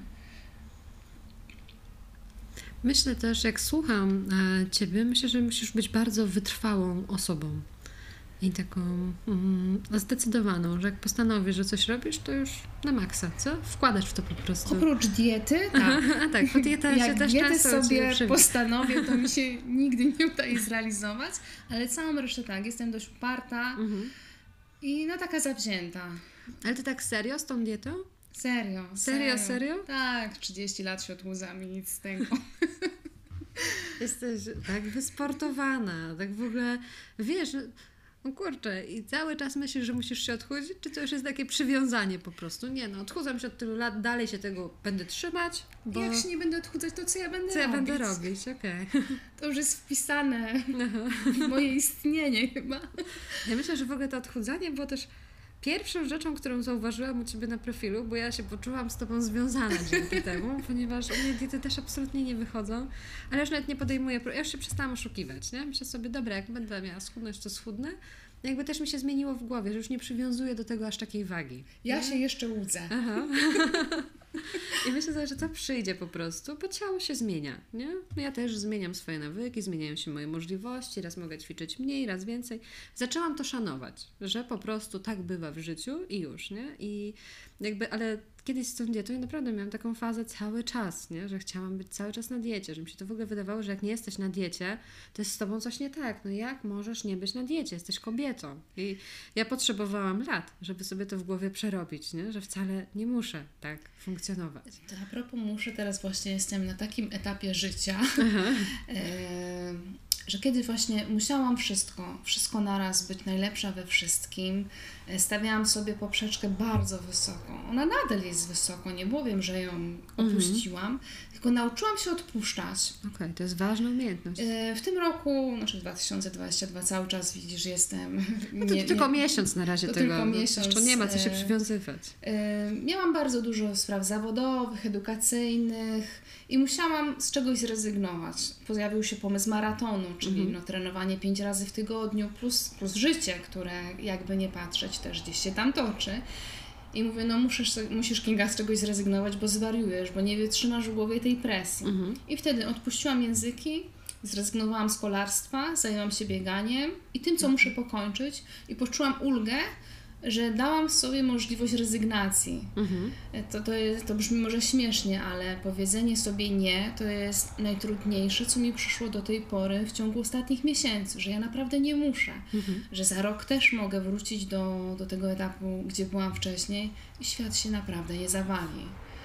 Myślę też, jak słucham e, Ciebie, myślę, że musisz być bardzo wytrwałą osobą i taką mm, zdecydowaną, że jak postanowisz, że coś robisz, to już na maksa, co? Wkładasz w to po prostu. Oprócz diety, tak. A tak, bo dieta jak się też dietę często sobie postanowię, to mi się nigdy nie udaje zrealizować, ale całą resztę tak, jestem dość uparta mhm. i no taka zawzięta. Ale Ty tak serio z tą dietą? Serio, serio. Serio, serio? Tak, trzydzieści lat się odłudzami, nic z tego. Jesteś tak wysportowana, tak w ogóle, wiesz, no kurczę, i cały czas myślisz, że musisz się odchudzić, czy to już jest takie przywiązanie po prostu? Nie no, odchudzam się od tylu lat, dalej się tego będę trzymać, bo... Jak się nie będę odchudzać, to co ja będę co robić? Co ja będę robić, okej. Okay. To już jest wpisane w moje istnienie chyba. Ja myślę, że w ogóle to odchudzanie było też pierwszą rzeczą, którą zauważyłam u Ciebie na profilu, bo ja się poczułam z Tobą związana dzięki temu, ponieważ u mnie diety też absolutnie nie wychodzą, ale już nawet nie podejmuję, ja już się przestałam oszukiwać, nie? Myślę sobie, dobra, jak będę miała schudnąć, to schudnę. Jakby też mi się zmieniło w głowie, że już nie przywiązuję do tego aż takiej wagi. Ja nie? się jeszcze łudzę. Aha. I myślę sobie, że to przyjdzie po prostu, bo ciało się zmienia, nie? Ja też zmieniam swoje nawyki, zmieniają się moje możliwości, raz mogę ćwiczyć mniej, raz więcej. Zaczęłam to szanować, że po prostu tak bywa w życiu i już, nie? I jakby, ale kiedyś z tą dietą ja naprawdę miałam taką fazę cały czas, nie? Że chciałam być cały czas na diecie, że mi się to w ogóle wydawało, że jak nie jesteś na diecie, to jest z tobą coś nie tak. No jak możesz nie być na diecie? Jesteś kobietą. I ja potrzebowałam lat, żeby sobie to w głowie przerobić, nie? Że wcale nie muszę tak funkcjonować. To a propos muszę, teraz właśnie jestem na takim etapie życia, e, że kiedy właśnie musiałam wszystko, wszystko naraz być najlepsza we wszystkim, stawiałam sobie poprzeczkę bardzo wysoko. Ona nadal jest wysoko, nie bowiem, że ją opuściłam, mm-hmm. tylko nauczyłam się odpuszczać. Okej, okay, to jest ważna umiejętność. E, w tym roku, znaczy dwa tysiące dwudziesty drugi, cały czas widzisz, jestem... No to nie, tylko nie, miesiąc na razie to tego, tylko miesiąc. Jeszcze nie ma co się przywiązywać. E, miałam bardzo dużo spraw zawodowych, edukacyjnych i musiałam z czegoś zrezygnować. Pojawił się pomysł maratonu, czyli mm-hmm. no, trenowanie pięć razy w tygodniu plus, plus życie, które jakby nie patrzeć też gdzieś się tam toczy. I mówię, no musisz, musisz Kinga z czegoś zrezygnować, bo zwariujesz, bo nie wytrzymasz w głowie tej presji. Mhm. I wtedy odpuściłam języki, zrezygnowałam z kolarstwa, zajęłam się bieganiem i tym, co muszę pokończyć. I poczułam ulgę, że dałam sobie możliwość rezygnacji. Mhm. To, to, jest, to brzmi może śmiesznie, ale powiedzenie sobie nie to jest najtrudniejsze, co mi przyszło do tej pory w ciągu ostatnich miesięcy, że ja naprawdę nie muszę, mhm. że za rok też mogę wrócić do, do tego etapu, gdzie byłam wcześniej i świat się naprawdę nie zawali.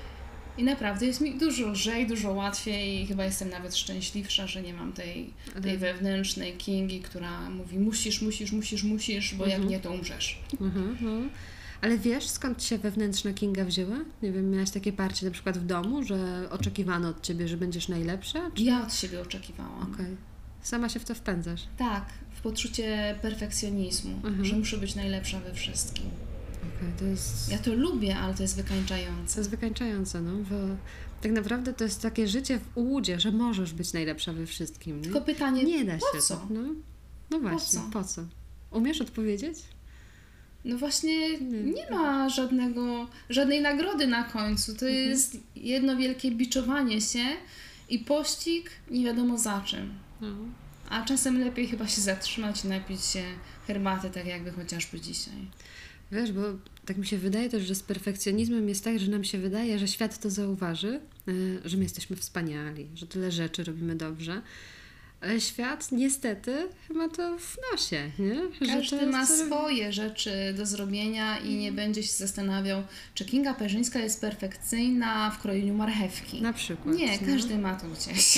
I naprawdę jest mi dużo lżej, dużo łatwiej i chyba jestem nawet szczęśliwsza, że nie mam tej, tej wewnętrznej Kingi, która mówi musisz, musisz, musisz, musisz, bo mhm. jak nie, to umrzesz. Mhm, mhm. Ale wiesz, skąd się wewnętrzna Kinga wzięła? Nie wiem, miałaś takie parcie na przykład w domu, że oczekiwano od ciebie, że będziesz najlepsza? Czy... Ja od siebie oczekiwałam. Okej. Okay. Sama się w to wpędzasz? Tak, w poczucie perfekcjonizmu, mhm. że muszę być najlepsza we wszystkim. Okay, to jest... Ja to lubię, ale to jest wykańczające. To jest wykańczające, no, bo tak naprawdę to jest takie życie w ułudzie, że możesz być najlepsza we wszystkim. Nie? Tylko pytanie, nie da po się co? To, no. no właśnie, po co? po co? Umiesz odpowiedzieć? No właśnie nie, nie ma żadnego, żadnej nagrody na końcu. To mhm. jest jedno wielkie biczowanie się i pościg nie wiadomo za czym. Mhm. A czasem lepiej chyba się zatrzymać i napić się herbaty, tak jakby chociażby dzisiaj. Wiesz, bo tak mi się wydaje też, że z perfekcjonizmem jest tak, że nam się wydaje, że świat to zauważy, że my jesteśmy wspaniali, że tyle rzeczy robimy dobrze. Ale świat niestety ma to w nosie, nie? Każdy to ma co... swoje rzeczy do zrobienia i nie będzie się zastanawiał, czy Kinga Perzyńska jest perfekcyjna w krojeniu marchewki. Na przykład. Nie, no. każdy ma to gdzieś.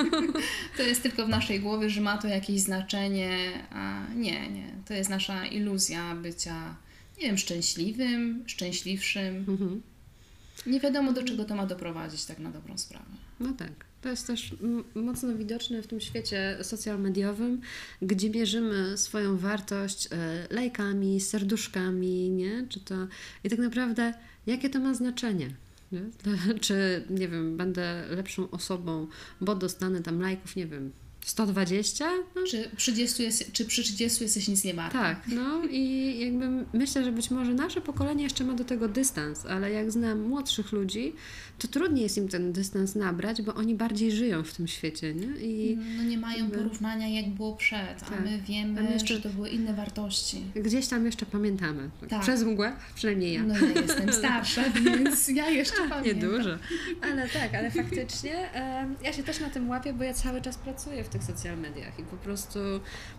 To jest tylko w naszej głowie, że ma to jakieś znaczenie, a nie, nie. To jest nasza iluzja bycia, nie wiem, szczęśliwym, szczęśliwszym. Mhm. Nie wiadomo, do czego to ma doprowadzić, tak na dobrą sprawę. No tak. To jest też m- mocno widoczne w tym świecie social mediowym, gdzie mierzymy swoją wartość e, lajkami, serduszkami, nie? Czy to... I tak naprawdę, jakie to ma znaczenie? Nie? Czy, nie wiem, będę lepszą osobą, bo dostanę tam lajków, nie wiem, sto dwadzieścia? No. Czy, trzydzieści jest, czy przy trzydziestu jesteś nic nie warta? Tak, no i jakby myślę, że być może nasze pokolenie jeszcze ma do tego dystans, ale jak znam młodszych ludzi, to trudniej jest im ten dystans nabrać, bo oni bardziej żyją w tym świecie, nie? I no nie mają jakby... porównania jak było przed, tak. a my wiemy, jeszcze... że to były inne wartości. Gdzieś tam jeszcze pamiętamy. Tak. Przez mgłę, przynajmniej ja. No ja jestem starsza, więc ja jeszcze a, pamiętam. Niedużo. Ale tak, ale faktycznie e, ja się też na tym łapię, bo ja cały czas pracuję w tych social mediach i po prostu e,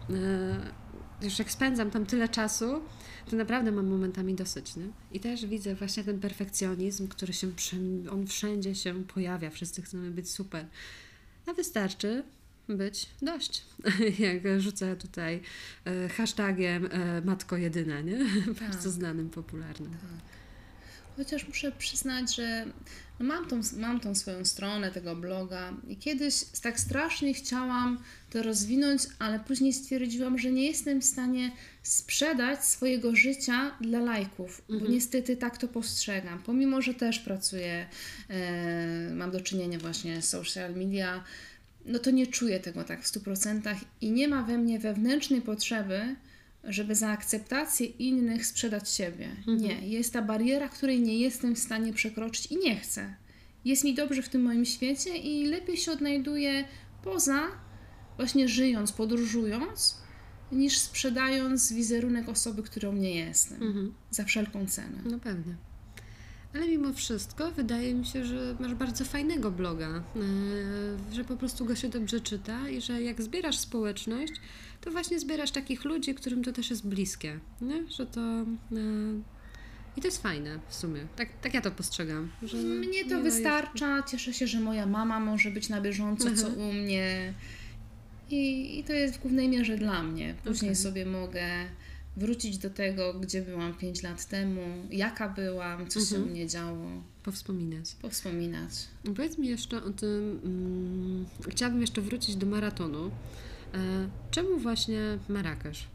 już jak spędzam tam tyle czasu, to naprawdę mam momentami dosyć, nie? I też widzę właśnie ten perfekcjonizm, który się, on wszędzie się pojawia, wszyscy chcemy być super, a wystarczy być dość. Jak rzucę tutaj e, hashtagiem e, matko jedyna, nie? Tak. Bardzo znanym, popularnym. Tak. Chociaż muszę przyznać, że no mam, tą, mam tą swoją stronę tego bloga i kiedyś tak strasznie chciałam to rozwinąć, ale później stwierdziłam, że nie jestem w stanie sprzedać swojego życia dla lajków, mhm. bo niestety tak to postrzegam. Pomimo, że też pracuję, e, mam do czynienia właśnie z social media, no to nie czuję tego tak w stu procentach i nie ma we mnie wewnętrznej potrzeby, żeby za akceptację innych sprzedać siebie. Mhm. Nie. Jest ta bariera, której nie jestem w stanie przekroczyć i nie chcę. Jest mi dobrze w tym moim świecie i lepiej się odnajduję poza, właśnie żyjąc, podróżując, niż sprzedając wizerunek osoby, którą nie jestem. Mhm. Za wszelką cenę. No pewnie. Ale mimo wszystko wydaje mi się, że masz bardzo fajnego bloga, yy, że po prostu go się dobrze czyta i że jak zbierasz społeczność, to właśnie zbierasz takich ludzi, którym to też jest bliskie, nie? Że to... Yy, I to jest fajne w sumie. Tak, tak ja to postrzegam. Że mnie to wystarcza. Jest... Cieszę się, że moja mama może być na bieżąco, Aha. co u mnie. I, I to jest w głównej mierze dla mnie. Później okay. sobie mogę wrócić do tego, gdzie byłam pięć lat temu, jaka byłam, co mhm. się u mnie działo. Powspominać. Powspominać. Powiedz mi jeszcze o tym, um, chciałabym jeszcze wrócić do maratonu. E, czemu właśnie Marrakesz?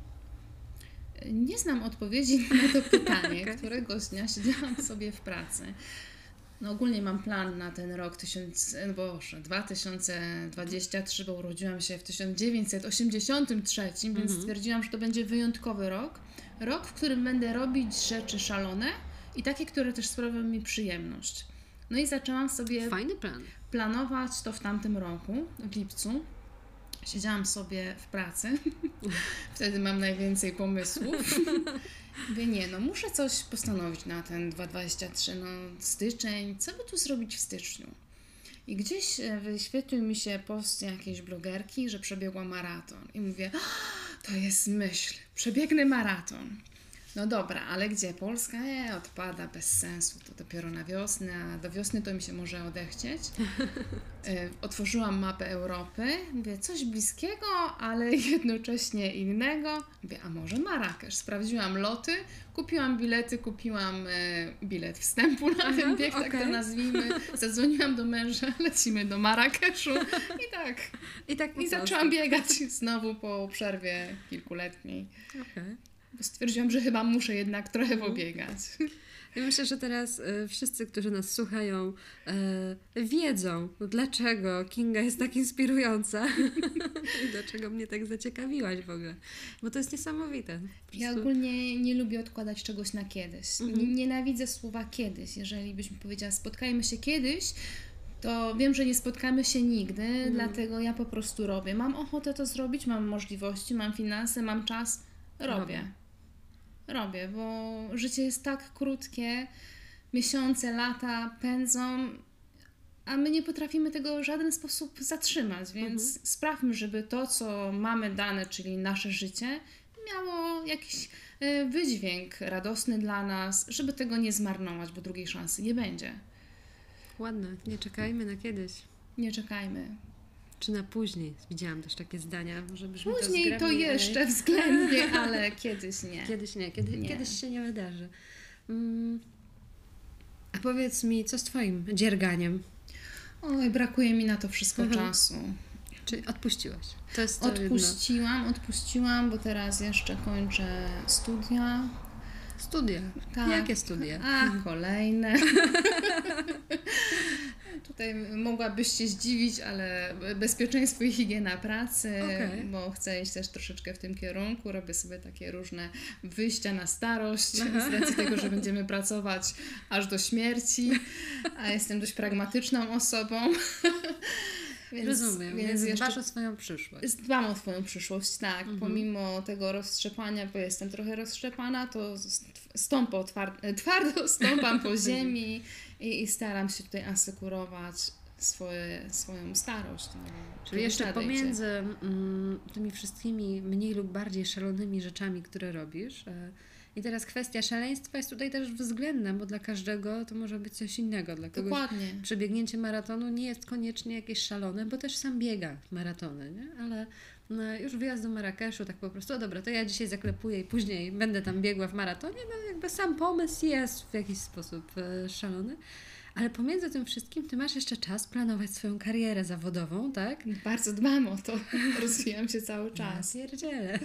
Nie znam odpowiedzi na to pytanie. Okay. Któregoś dnia siedziałam sobie w pracy. No ogólnie mam plan na ten rok tysiąc, Boże, dwa tysiące dwudziesty trzeci, bo urodziłam się w tysiąc dziewięćset osiemdziesiątym trzecim, więc mm-hmm. stwierdziłam, że to będzie wyjątkowy rok. Rok, w którym będę robić rzeczy szalone i takie, które też sprawiają mi przyjemność. No i zaczęłam sobie Fajny plan. planować to w tamtym roku, w lipcu. Siedziałam sobie w pracy, wtedy mam najwięcej pomysłów. Mówię, nie, no muszę coś postanowić na ten dwa tysiące dwudziesty trzeci, no styczeń, co by tu zrobić w styczniu? I gdzieś wyświetlił mi się post jakiejś blogerki, że przebiegła maraton. I mówię, to jest myśl, przebiegnę maraton. No dobra, ale gdzie? Polska? Nie, odpada, bez sensu, to dopiero na wiosnę, a do wiosny to mi się może odechcieć. Otworzyłam mapę Europy, mówię, coś bliskiego, ale jednocześnie innego. Mówię, a może Marrakesz? Sprawdziłam loty, kupiłam bilety, kupiłam e, bilet wstępu na ten bieg, okay. tak to nazwijmy. Zadzwoniłam do męża, lecimy do Marrakeszu i tak. I, tak I zaczęłam biegać znowu po przerwie kilkuletniej. Okay. Bo stwierdziłam, że chyba muszę jednak trochę pobiegać. Ja myślę, że teraz y, wszyscy, którzy nas słuchają, y, wiedzą, dlaczego Kinga jest tak inspirująca i dlaczego mnie tak zaciekawiłaś w ogóle. Bo to jest niesamowite. Ja ogólnie nie lubię odkładać czegoś na kiedyś. Mhm. Nienawidzę słowa kiedyś. Jeżeli byś mi powiedziała, spotkajmy się kiedyś, to wiem, że nie spotkamy się nigdy, mhm. dlatego ja po prostu robię. Mam ochotę to zrobić, mam możliwości, mam finanse, mam czas, robię. robię. Robię, bo życie jest tak krótkie, miesiące, lata pędzą, a my nie potrafimy tego w żaden sposób zatrzymać, więc mhm. sprawmy, żeby to, co mamy dane, czyli nasze życie, miało jakiś wydźwięk radosny dla nas, żeby tego nie zmarnować, bo drugiej szansy nie będzie. Ładne, nie czekajmy na kiedyś. Nie czekajmy. Czy na później? Widziałam też takie zdania. Żebyśmy później to, to jeszcze względnie, ale kiedyś nie. Kiedyś nie, kiedy, nie. Kiedyś się nie wydarzy. Mm. A powiedz mi, co z Twoim dzierganiem? Oj, brakuje mi na to wszystko mhm. czasu. Czyli odpuściłaś? To jest to odpuściłam, jedno. odpuściłam, bo teraz jeszcze kończę studia. Studia? Tak. Jakie studia? A, kolejne. Tutaj mogłabyś się zdziwić, ale bezpieczeństwo i higiena pracy, okay. bo chcę iść też troszeczkę w tym kierunku. Robię sobie takie różne wyjścia na starość, Aha. z racji tego, że będziemy pracować aż do śmierci, a jestem dość pragmatyczną osobą. Więc, Rozumiem, więc, więc dbasz o swoją przyszłość. Dbam o swoją przyszłość, tak. Mhm. Pomimo tego roztrzepania, bo jestem trochę roztrzepana, to stąpam twar- twardo stąpam po ziemi i, i staram się tutaj asekurować swoje, swoją starość. No, czyli jeszcze pomiędzy mm, tymi wszystkimi mniej lub bardziej szalonymi rzeczami, które robisz, e, i teraz kwestia szaleństwa jest tutaj też względna, bo dla każdego to może być coś innego. Dla kogoś Dokładnie. Przebiegnięcie maratonu nie jest koniecznie jakieś szalone, bo też sam biega maratony, nie? Ale no, już wyjazd do Marrakeszu, tak po prostu, o dobra, to ja dzisiaj zaklepuję i później będę tam biegła w maratonie, no jakby sam pomysł jest w jakiś sposób e, szalony. Ale pomiędzy tym wszystkim ty masz jeszcze czas planować swoją karierę zawodową, tak? Bardzo dbam o to. Rozwijam się cały czas. Ja pierdzielę.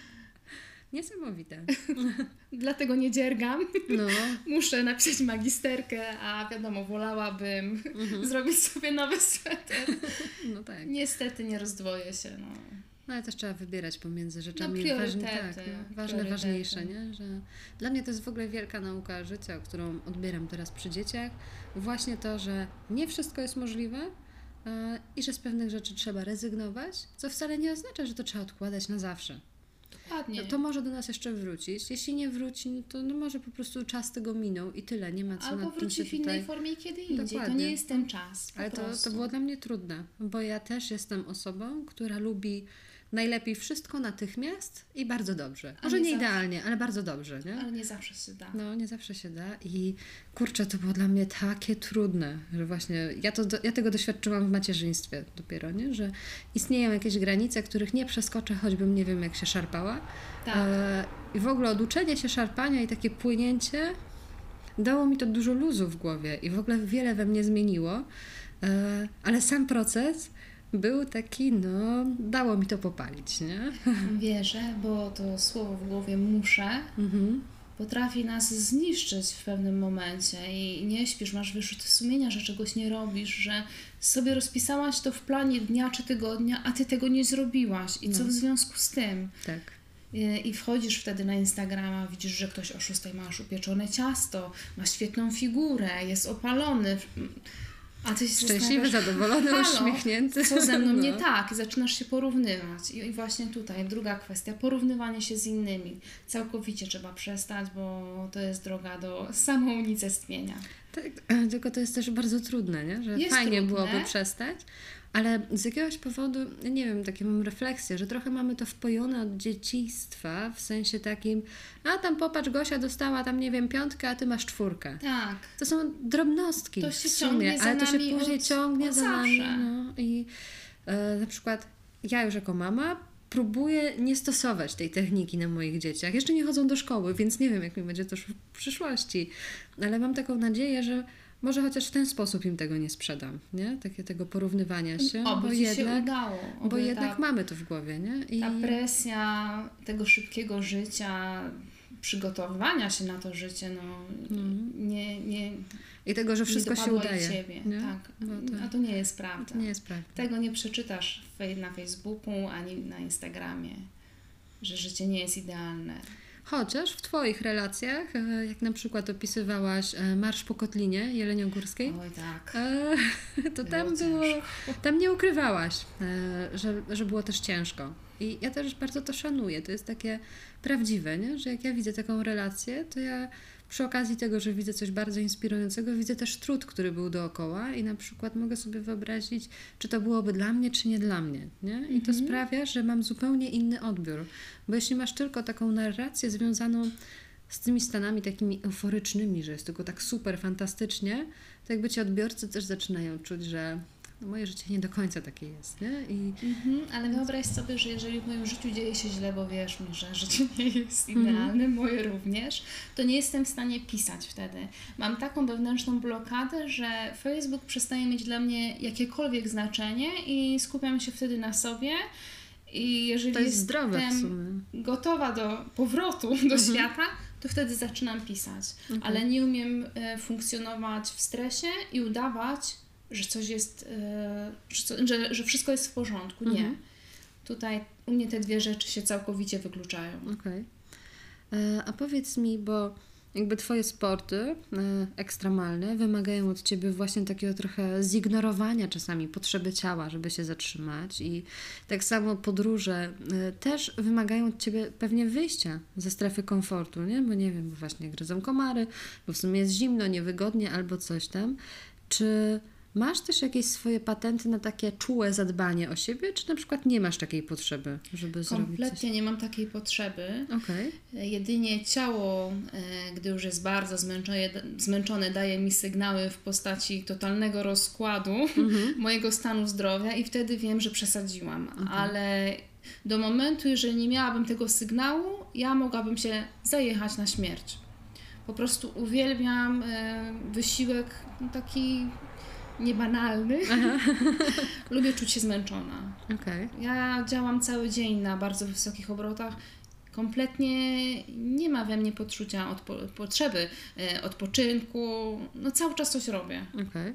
Niesamowite. Dlatego nie dziergam. No. Muszę napisać magisterkę, a wiadomo, wolałabym mhm. zrobić sobie nowy sweter. No tak. Niestety nie rozdwoję się. No, no ale też trzeba wybierać pomiędzy rzeczami no, ważne, tak, no, ważne, ważniejsze, nie? Że dla mnie to jest w ogóle wielka nauka życia, którą odbieram teraz przy dzieciach. Właśnie to, że nie wszystko jest możliwe yy, i że z pewnych rzeczy trzeba rezygnować, co wcale nie oznacza, że to trzeba odkładać na zawsze. Dokładnie. To, to może do nas jeszcze wrócić. Jeśli nie wróci, no to no może po prostu czas tego minął i tyle. Nie ma co Albo nad tym wróci w innej tutaj... formie kiedy indziej. Dokładnie. To nie jest ten czas. Ale to, to było dla mnie trudne, bo ja też jestem osobą, która lubi najlepiej wszystko natychmiast i bardzo dobrze. Może nie, nie idealnie, ale bardzo dobrze, nie? Ale nie zawsze się da. No, nie zawsze się da i kurczę, to było dla mnie takie trudne, że właśnie ja, to, ja tego doświadczyłam w macierzyństwie dopiero, nie? Że istnieją jakieś granice, których nie przeskoczę, choćbym nie wiem jak się szarpała. Tak. E, I w ogóle oduczenie się szarpania i takie płynięcie dało mi to dużo luzu w głowie i w ogóle wiele we mnie zmieniło, e, ale sam proces był taki, no, dało mi to popalić, nie? Wierzę, bo to słowo w głowie muszę mhm. potrafi nas zniszczyć w pewnym momencie i nie śpisz, masz wyrzuty sumienia, że czegoś nie robisz, że sobie rozpisałaś to w planie dnia czy tygodnia, a ty tego nie zrobiłaś i no. co w związku z tym? Tak. i wchodzisz wtedy na Instagrama, widzisz, że ktoś o szóstej ma już upieczone ciasto, ma świetną figurę, jest opalony, a ty się szczęśliwy, zadowolony, halo, uśmiechnięty. Co ze mną no. nie tak? I zaczynasz się porównywać. I właśnie tutaj druga kwestia, porównywanie się z innymi. Całkowicie trzeba przestać, bo to jest droga do samounicestwienia. Tak, tylko to jest też bardzo trudne, nie? Że Jest fajnie trudne. byłoby przestać, ale z jakiegoś powodu, nie wiem, takie mam refleksję, że trochę mamy to wpojone od dzieciństwa, w sensie takim, a tam popatrz, Gosia dostała tam, nie wiem, piątkę, a ty masz czwórkę. Tak. To są drobnostki To się w sumie, ciągnie za ale to się nami później od- ciągnie od za nami. zawsze. No, I e, na przykład ja już jako mama próbuję nie stosować tej techniki na moich dzieciach. Jeszcze nie chodzą do szkoły, więc nie wiem, jak mi będzie to szło w przyszłości. Ale mam taką nadzieję, że może chociaż w ten sposób im tego nie sprzedam, nie? Takie, tego porównywania się, Oby bo ci się jednak, udało. bo Oby jednak ta, mamy to w głowie, nie? I ta presja tego szybkiego życia, przygotowywania się na to życie, no Mhm. nie, nie, I tego, że wszystko nie się dopadła udaje. i ciebie. Nie? Tak. No to- A to nie jest prawda. To nie jest prawda. Tego nie przeczytasz fej- na Facebooku ani na Instagramie, że życie nie jest idealne. Chociaż w Twoich relacjach, e, jak na przykład opisywałaś e, Marsz po Kotlinie Jeleniogórskiej, Oj tak. e, to Było tam było, ciężko. tam nie ukrywałaś, e, że, że było też ciężko. I ja też bardzo to szanuję. To jest takie prawdziwe, nie? Że jak ja widzę taką relację, to ja przy okazji tego, że widzę coś bardzo inspirującego, widzę też trud, który był dookoła i na przykład mogę sobie wyobrazić, czy to byłoby dla mnie, czy nie dla mnie. Nie? I to sprawia, że mam zupełnie inny odbiór. Bo jeśli masz tylko taką narrację związaną z tymi stanami takimi euforycznymi, że jest tylko tak super fantastycznie, to jakby ci odbiorcy też zaczynają czuć, że no moje życie nie do końca takie jest, nie? I Mhm, ale wyobraź sobie, że jeżeli w moim życiu dzieje się źle, bo wierz mi, że życie nie jest idealne, moje również, to nie jestem w stanie pisać wtedy. Mam taką wewnętrzną blokadę, że Facebook przestaje mieć dla mnie jakiekolwiek znaczenie i skupiam się wtedy na sobie. I jeżeli to jest jestem zdrowe w sumie. gotowa do powrotu do świata, to wtedy zaczynam pisać. Ale nie umiem e, funkcjonować w stresie i udawać, że coś jest, e, że, co- że, że wszystko jest w porządku. Nie. Mhm. Tutaj u mnie te dwie rzeczy się całkowicie wykluczają. Okej. E, A powiedz mi, bo jakby Twoje sporty e, ekstremalne wymagają od Ciebie właśnie takiego trochę zignorowania czasami potrzeby ciała, żeby się zatrzymać i tak samo podróże e, też wymagają od Ciebie pewnie wyjścia ze strefy komfortu, nie? Bo nie wiem, bo właśnie gryzą komary, bo w sumie jest zimno, niewygodnie albo coś tam. Czy masz też jakieś swoje patenty na takie czułe zadbanie o siebie, czy na przykład nie masz takiej potrzeby, żeby zrobić coś? Kompletnie nie mam takiej potrzeby. Okej. Jedynie ciało, e, gdy już jest bardzo zmęczone, zmęczone, daje mi sygnały w postaci totalnego rozkładu mojego stanu zdrowia i wtedy wiem, że przesadziłam. Ale do momentu, jeżeli nie miałabym tego sygnału, ja mogłabym się zajechać na śmierć. Po prostu uwielbiam e, wysiłek no, taki niebanalny. Lubię czuć się zmęczona. Okej. Ja działam cały dzień na bardzo wysokich obrotach. Kompletnie nie ma we mnie poczucia odpo- potrzeby e, odpoczynku. No cały czas coś robię. Okej.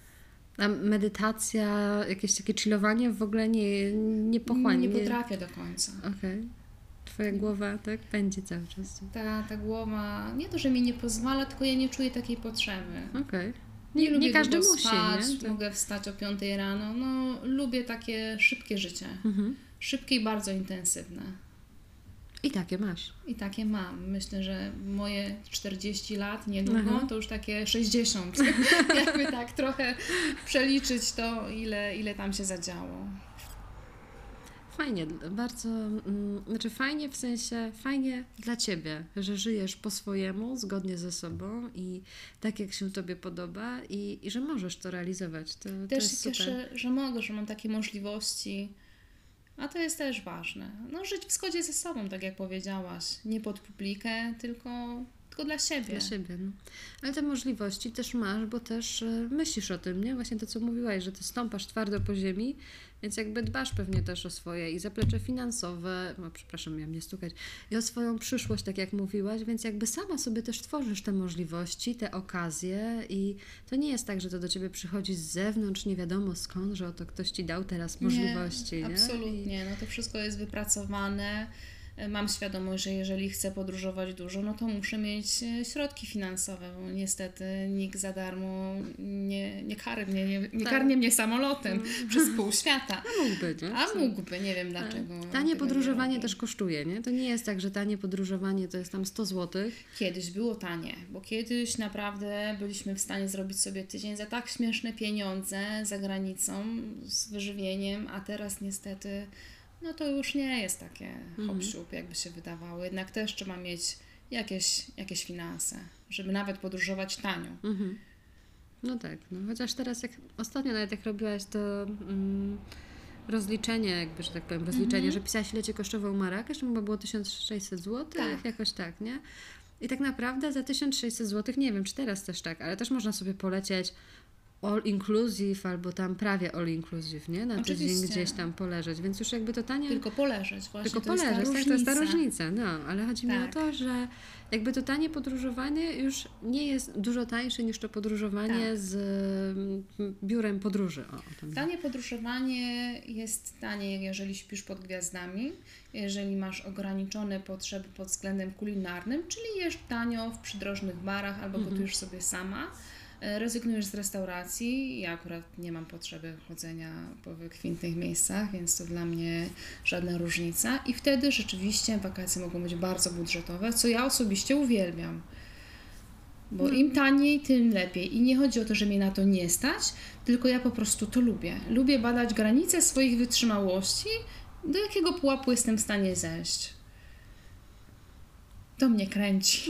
A medytacja, jakieś takie chillowanie w ogóle nie, nie pochłania? Nie potrafię do końca. Okej. Twoja głowa tak pędzi cały czas. Ta, ta głowa nie to, że mi nie pozwala, tylko ja nie czuję takiej potrzeby. Okej. Nie, Nie, lubię nie każdy długo musi, spać, nie? To- mogę wstać o piątej rano. No lubię takie szybkie życie. Mhm. Szybkie i bardzo intensywne. I takie masz. I takie mam. Myślę, że moje czterdzieści lat niedługo Aha. to już takie sześćdziesiąt. Jakby tak trochę przeliczyć to, ile, ile tam się zadziało. Fajnie, bardzo, mm, znaczy fajnie w sensie, fajnie dla Ciebie, że żyjesz po swojemu, zgodnie ze sobą i tak jak się Tobie podoba i, i że możesz to realizować. To, to Też jest się super. cieszę, że mogę, że mam takie możliwości. A to jest też ważne. No żyć w zgodzie ze sobą, tak jak powiedziałaś. Nie pod publikę, tylko, tylko dla siebie. Dla siebie, no. Ale te możliwości też masz, bo też e, myślisz o tym, nie? Właśnie to, co mówiłaś, że Ty stąpasz twardo po ziemi, więc jakby dbasz pewnie też o swoje i zaplecze finansowe, no przepraszam, miałam nie stukać, i o swoją przyszłość, tak jak mówiłaś, więc jakby sama sobie też tworzysz te możliwości, te okazje i to nie jest tak, że to do Ciebie przychodzi z zewnątrz, nie wiadomo skąd, że oto ktoś Ci dał teraz możliwości, nie? Nie, absolutnie. No to wszystko jest wypracowane. mam świadomość, że jeżeli chcę podróżować dużo, no to muszę mieć środki finansowe, bo niestety nikt za darmo nie, nie karmi, nie, nie Tak. karmi mnie samolotem przez pół świata. A mógłby, nie? A mógłby, nie wiem dlaczego. Tanie tego podróżowanie nie robi. też kosztuje, nie? To nie jest tak, że tanie podróżowanie to jest tam sto złotych. Kiedyś było tanie, bo kiedyś naprawdę byliśmy w stanie zrobić sobie tydzień za tak śmieszne pieniądze za granicą z wyżywieniem, a teraz niestety no to już nie jest takie hop-siup, jakby się wydawało. Jednak też trzeba mieć jakieś, jakieś finanse, żeby nawet podróżować tanio. Mhm. No tak, no chociaż teraz jak ostatnio nawet jak robiłaś to mm, rozliczenie, jakby, że tak powiem, rozliczenie, że pisałaś, ile Cię kosztował Marrakesz, to chyba było tysiąc sześćset złotych, Tak. jakoś tak, nie? I tak naprawdę za tysiąc sześćset złotych, nie wiem, czy teraz też tak, ale też można sobie polecieć all inclusive albo tam prawie all inclusive, nie? Na tydzień Oczywiście. gdzieś tam poleżeć, więc już jakby to tanie... Tylko poleżeć, właśnie Tylko to jest ta poleżeć, tak, różnica. to jest ta różnica, no, ale chodzi mi o Tak. to, że jakby to tanie podróżowanie już nie jest dużo tańsze niż to podróżowanie Tak. z mm, biurem podróży. O, o tam. Tanie podróżowanie jest tanie, jeżeli śpisz pod gwiazdami, jeżeli masz ograniczone potrzeby pod względem kulinarnym, czyli jesz tanio w przydrożnych barach albo gotujesz sobie sama. E, Rezygnujesz z restauracji. Ja akurat nie mam potrzeby chodzenia po wykwintnych miejscach, więc to dla mnie żadna różnica. I wtedy rzeczywiście wakacje mogą być bardzo budżetowe, co ja osobiście uwielbiam. Bo im taniej, tym lepiej. I nie chodzi o to, że mnie na to nie stać, tylko ja po prostu to lubię. Lubię badać granice swoich wytrzymałości, do jakiego pułapu jestem w stanie zejść. To mnie kręci.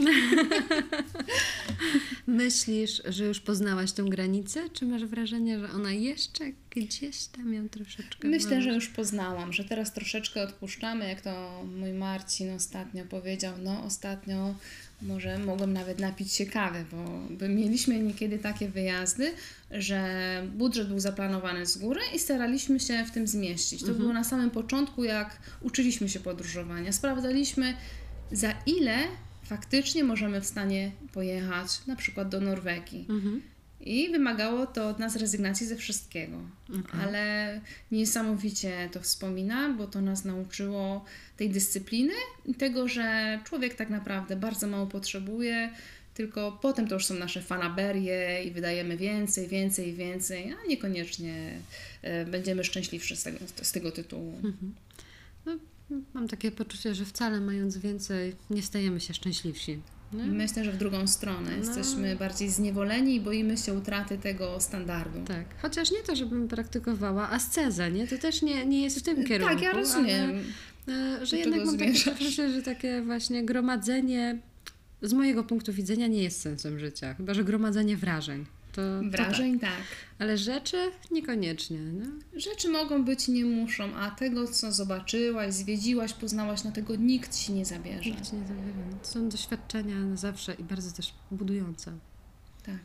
Myślisz, że już poznałaś tą granicę, czy masz wrażenie, że ona jeszcze gdzieś tam ją troszeczkę... Myślę, że już poznałam, że teraz troszeczkę odpuszczamy, jak to mój Marcin ostatnio powiedział, no ostatnio może mogłem nawet napić się kawy, bo mieliśmy niekiedy takie wyjazdy, że budżet był zaplanowany z góry i staraliśmy się w tym zmieścić. To było na samym początku, jak uczyliśmy się podróżowania. Sprawdzaliśmy, za ile faktycznie możemy w stanie pojechać na przykład do Norwegii. Mhm. I wymagało to od nas rezygnacji ze wszystkiego. Okay. Ale niesamowicie to wspominam, bo to nas nauczyło tej dyscypliny i tego, że człowiek tak naprawdę bardzo mało potrzebuje, tylko potem to już są nasze fanaberie i wydajemy więcej, więcej, więcej, a niekoniecznie e, będziemy szczęśliwsi z tego, z tego tytułu. Mhm. No, mam takie poczucie, że wcale mając więcej nie stajemy się szczęśliwsi. Nie? Myślę, że w drugą stronę. No. Jesteśmy bardziej zniewoleni i boimy się utraty tego standardu. Tak, chociaż nie to, żebym praktykowała ascezę, nie? To też nie, nie jest w tym kierunku. Tak, ja rozumiem. Ale, e, że Do jednak czego mam takie zmierzasz? poczucie, że takie właśnie gromadzenie z mojego punktu widzenia nie jest sensem życia. Chyba że gromadzenie wrażeń. To, to Wrażeń tak. tak. Ale rzeczy niekoniecznie. Nie? Rzeczy mogą być, nie muszą, a tego, co zobaczyłaś, zwiedziłaś, poznałaś, no tego nikt ci nie zabierze. Nikt ci nie zabiera. To są doświadczenia na zawsze i bardzo też budujące. Tak.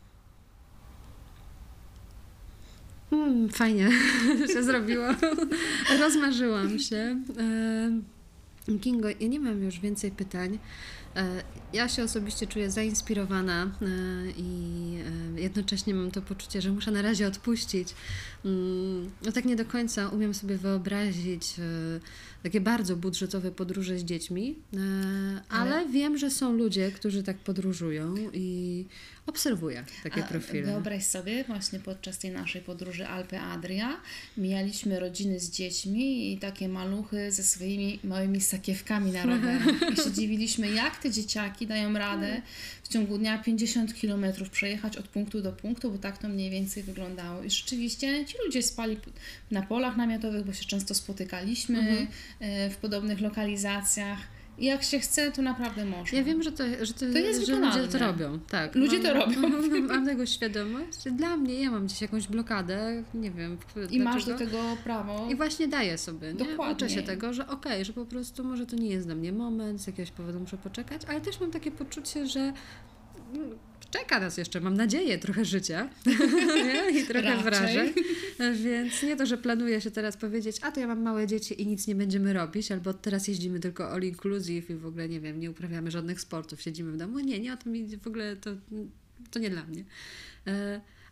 Mm, fajnie się zrobiło. Rozmarzyłam się. E, Kingo, ja nie mam już więcej pytań. E, Ja się osobiście czuję zainspirowana e, i e, jednocześnie mam to poczucie, że muszę na razie odpuścić. Mm, No tak nie do końca umiem sobie wyobrazić e, takie bardzo budżetowe podróże z dziećmi, e, ale, Ale- wiem, że są ludzie, którzy tak podróżują i obserwuję takie A profile. Wyobraź sobie, właśnie podczas tej naszej podróży Alpy-Adria mijaliśmy rodziny z dziećmi i takie maluchy ze swoimi małymi sakiewkami na rowerach. I się dziwiliśmy, jak te dzieciaki dają radę w ciągu dnia pięćdziesiąt kilometrów przejechać od punktu do punktu, bo tak to mniej więcej wyglądało. I rzeczywiście ci ludzie spali na polach namiotowych, bo się często spotykaliśmy Mhm. e, w podobnych lokalizacjach. I jak się chce, to naprawdę można. Ja wiem, że to, że to, To jest że ludzie to wykonalne. robią. Tak, Ludzie mam, to robią. Mam, mam tego świadomość. Dla mnie, ja mam gdzieś jakąś blokadę, nie wiem. I masz dlaczego. do tego prawo. I właśnie daję sobie. Nie? Dokładnie. Uczę się tego, że okej, że po prostu może to nie jest dla mnie moment, z jakiegoś powodu muszę poczekać, ale też mam takie poczucie, że mm, czeka nas jeszcze, mam nadzieję, trochę życia nie? I trochę Raczej. wrażeń. Więc nie to, że planuję się teraz powiedzieć, a to ja mam małe dzieci i nic nie będziemy robić, albo teraz jeździmy tylko all inclusive i w ogóle, nie wiem, nie uprawiamy żadnych sportów, siedzimy w domu. Nie, nie o to mi w ogóle, to, to nie dla mnie. E,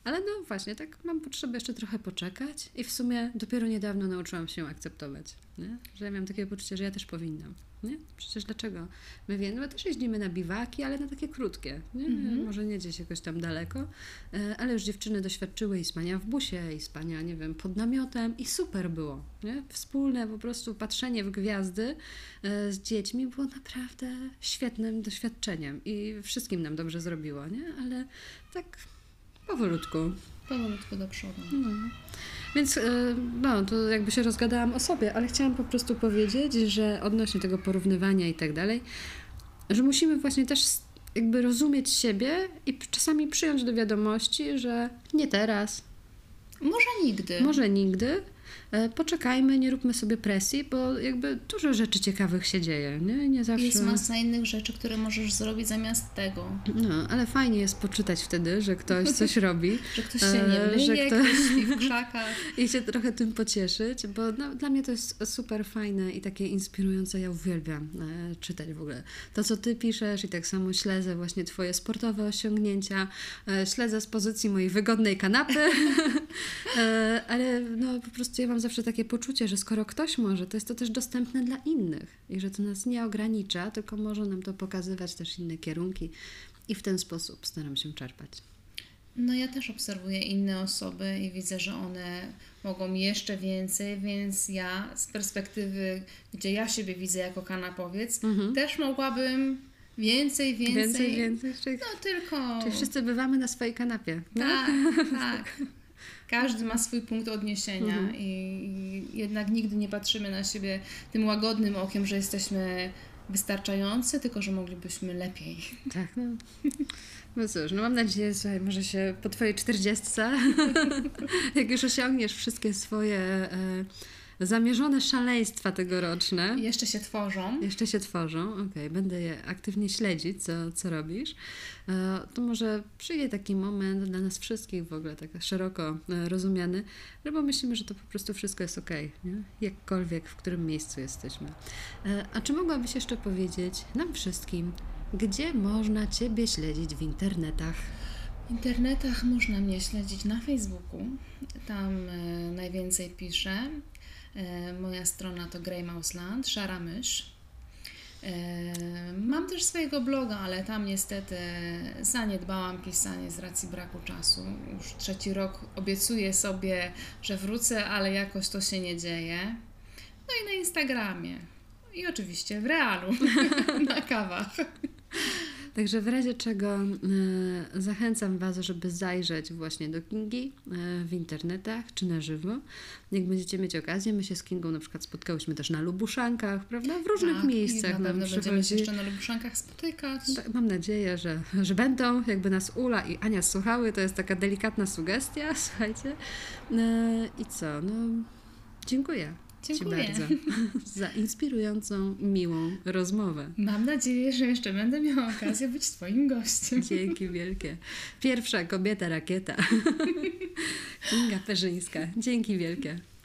Ale no właśnie, tak mam potrzebę jeszcze trochę poczekać i w sumie dopiero niedawno nauczyłam się akceptować, nie? Że ja miałam takie poczucie, że ja też powinnam. Nie? Przecież dlaczego? My wiemy, my też jeździmy na biwaki, ale na takie krótkie. Nie? Mm-hmm. Może nie gdzieś jakoś tam daleko, ale już dziewczyny doświadczyły i spania w busie, i spania, nie wiem, pod namiotem i super było. Nie? Wspólne po prostu patrzenie w gwiazdy z dziećmi było naprawdę świetnym doświadczeniem i wszystkim nam dobrze zrobiło, nie? Ale tak powolutku. Powolutku do przodu. No. Więc no, to jakby się rozgadałam o sobie, ale chciałam po prostu powiedzieć, że odnośnie tego porównywania i tak dalej, że musimy właśnie też jakby rozumieć siebie i czasami przyjąć do wiadomości, że nie teraz. Może nigdy. Może nigdy. Poczekajmy, nie róbmy sobie presji, bo jakby dużo rzeczy ciekawych się dzieje, nie? Nie zawsze... Jest masa innych rzeczy, które możesz zrobić zamiast tego. No, ale fajnie jest poczytać wtedy, że ktoś coś robi. Że ktoś się nie myje, że ktoś śpi w krzakach. I się trochę tym pocieszyć, bo no, dla mnie to jest super fajne i takie inspirujące. Ja uwielbiam e, czytać w ogóle to, co ty piszesz i tak samo śledzę właśnie twoje sportowe osiągnięcia. E, śledzę z pozycji mojej wygodnej kanapy, e, ale no po prostu ja mam zawsze takie poczucie, że skoro ktoś może, to jest to też dostępne dla innych i że to nas nie ogranicza, tylko może nam to pokazywać też inne kierunki i w ten sposób staram się czerpać. No ja też obserwuję inne osoby i widzę, że one mogą jeszcze więcej, więc ja z perspektywy, gdzie ja siebie widzę jako kanapowiec, mhm. też mogłabym więcej, więcej. Więcej, więcej. Czyli, no tylko... Czyli wszyscy bywamy na swojej kanapie. No? Tak, tak. Każdy ma swój punkt odniesienia mhm. i jednak nigdy nie patrzymy na siebie tym łagodnym okiem, że jesteśmy wystarczający, tylko że moglibyśmy lepiej. Tak, no. No cóż, no mam nadzieję, że może się po twojej czterdziestce, jak już osiągniesz wszystkie swoje e, zamierzone szaleństwa tegoroczne. Jeszcze się tworzą. Jeszcze się tworzą, okej. Okay. Będę je aktywnie śledzić, co, co robisz. E, to może przyjdzie taki moment dla nas wszystkich w ogóle, tak szeroko e, rozumiany, że bo myślimy, że to po prostu wszystko jest okej, nie? Jakkolwiek, w którym miejscu jesteśmy. E, a czy mogłabyś jeszcze powiedzieć nam wszystkim, gdzie można Ciebie śledzić w internetach? W internetach można mnie śledzić na Facebooku. Tam e, najwięcej piszę. E, moja strona to Grey Mouseland, Szara Mysz. E, mam też swojego bloga, ale tam niestety zaniedbałam pisanie z racji braku czasu. Już trzeci rok obiecuję sobie, że wrócę, ale jakoś to się nie dzieje. No i na Instagramie. I oczywiście w realu, na kawach. Także w razie czego e, zachęcam Was, żeby zajrzeć właśnie do Kingi e, w internetach czy na żywo. Jak będziecie mieć okazję, my się z Kingą na przykład spotkałyśmy też na Lubuszankach, prawda? W różnych tak, miejscach. I na pewno będziemy się jeszcze na Lubuszankach spotykać. Tak, mam nadzieję, że, że będą. Jakby nas Ula i Ania słuchały, to jest taka delikatna sugestia, słuchajcie. E, I co? No, dziękuję. Dziękuję. Ci bardzo za inspirującą, miłą rozmowę. Mam nadzieję, że jeszcze będę miała okazję być Twoim gościem. Dzięki wielkie. Pierwsza kobieta rakieta. Kinga Perzyńska. Dzięki wielkie.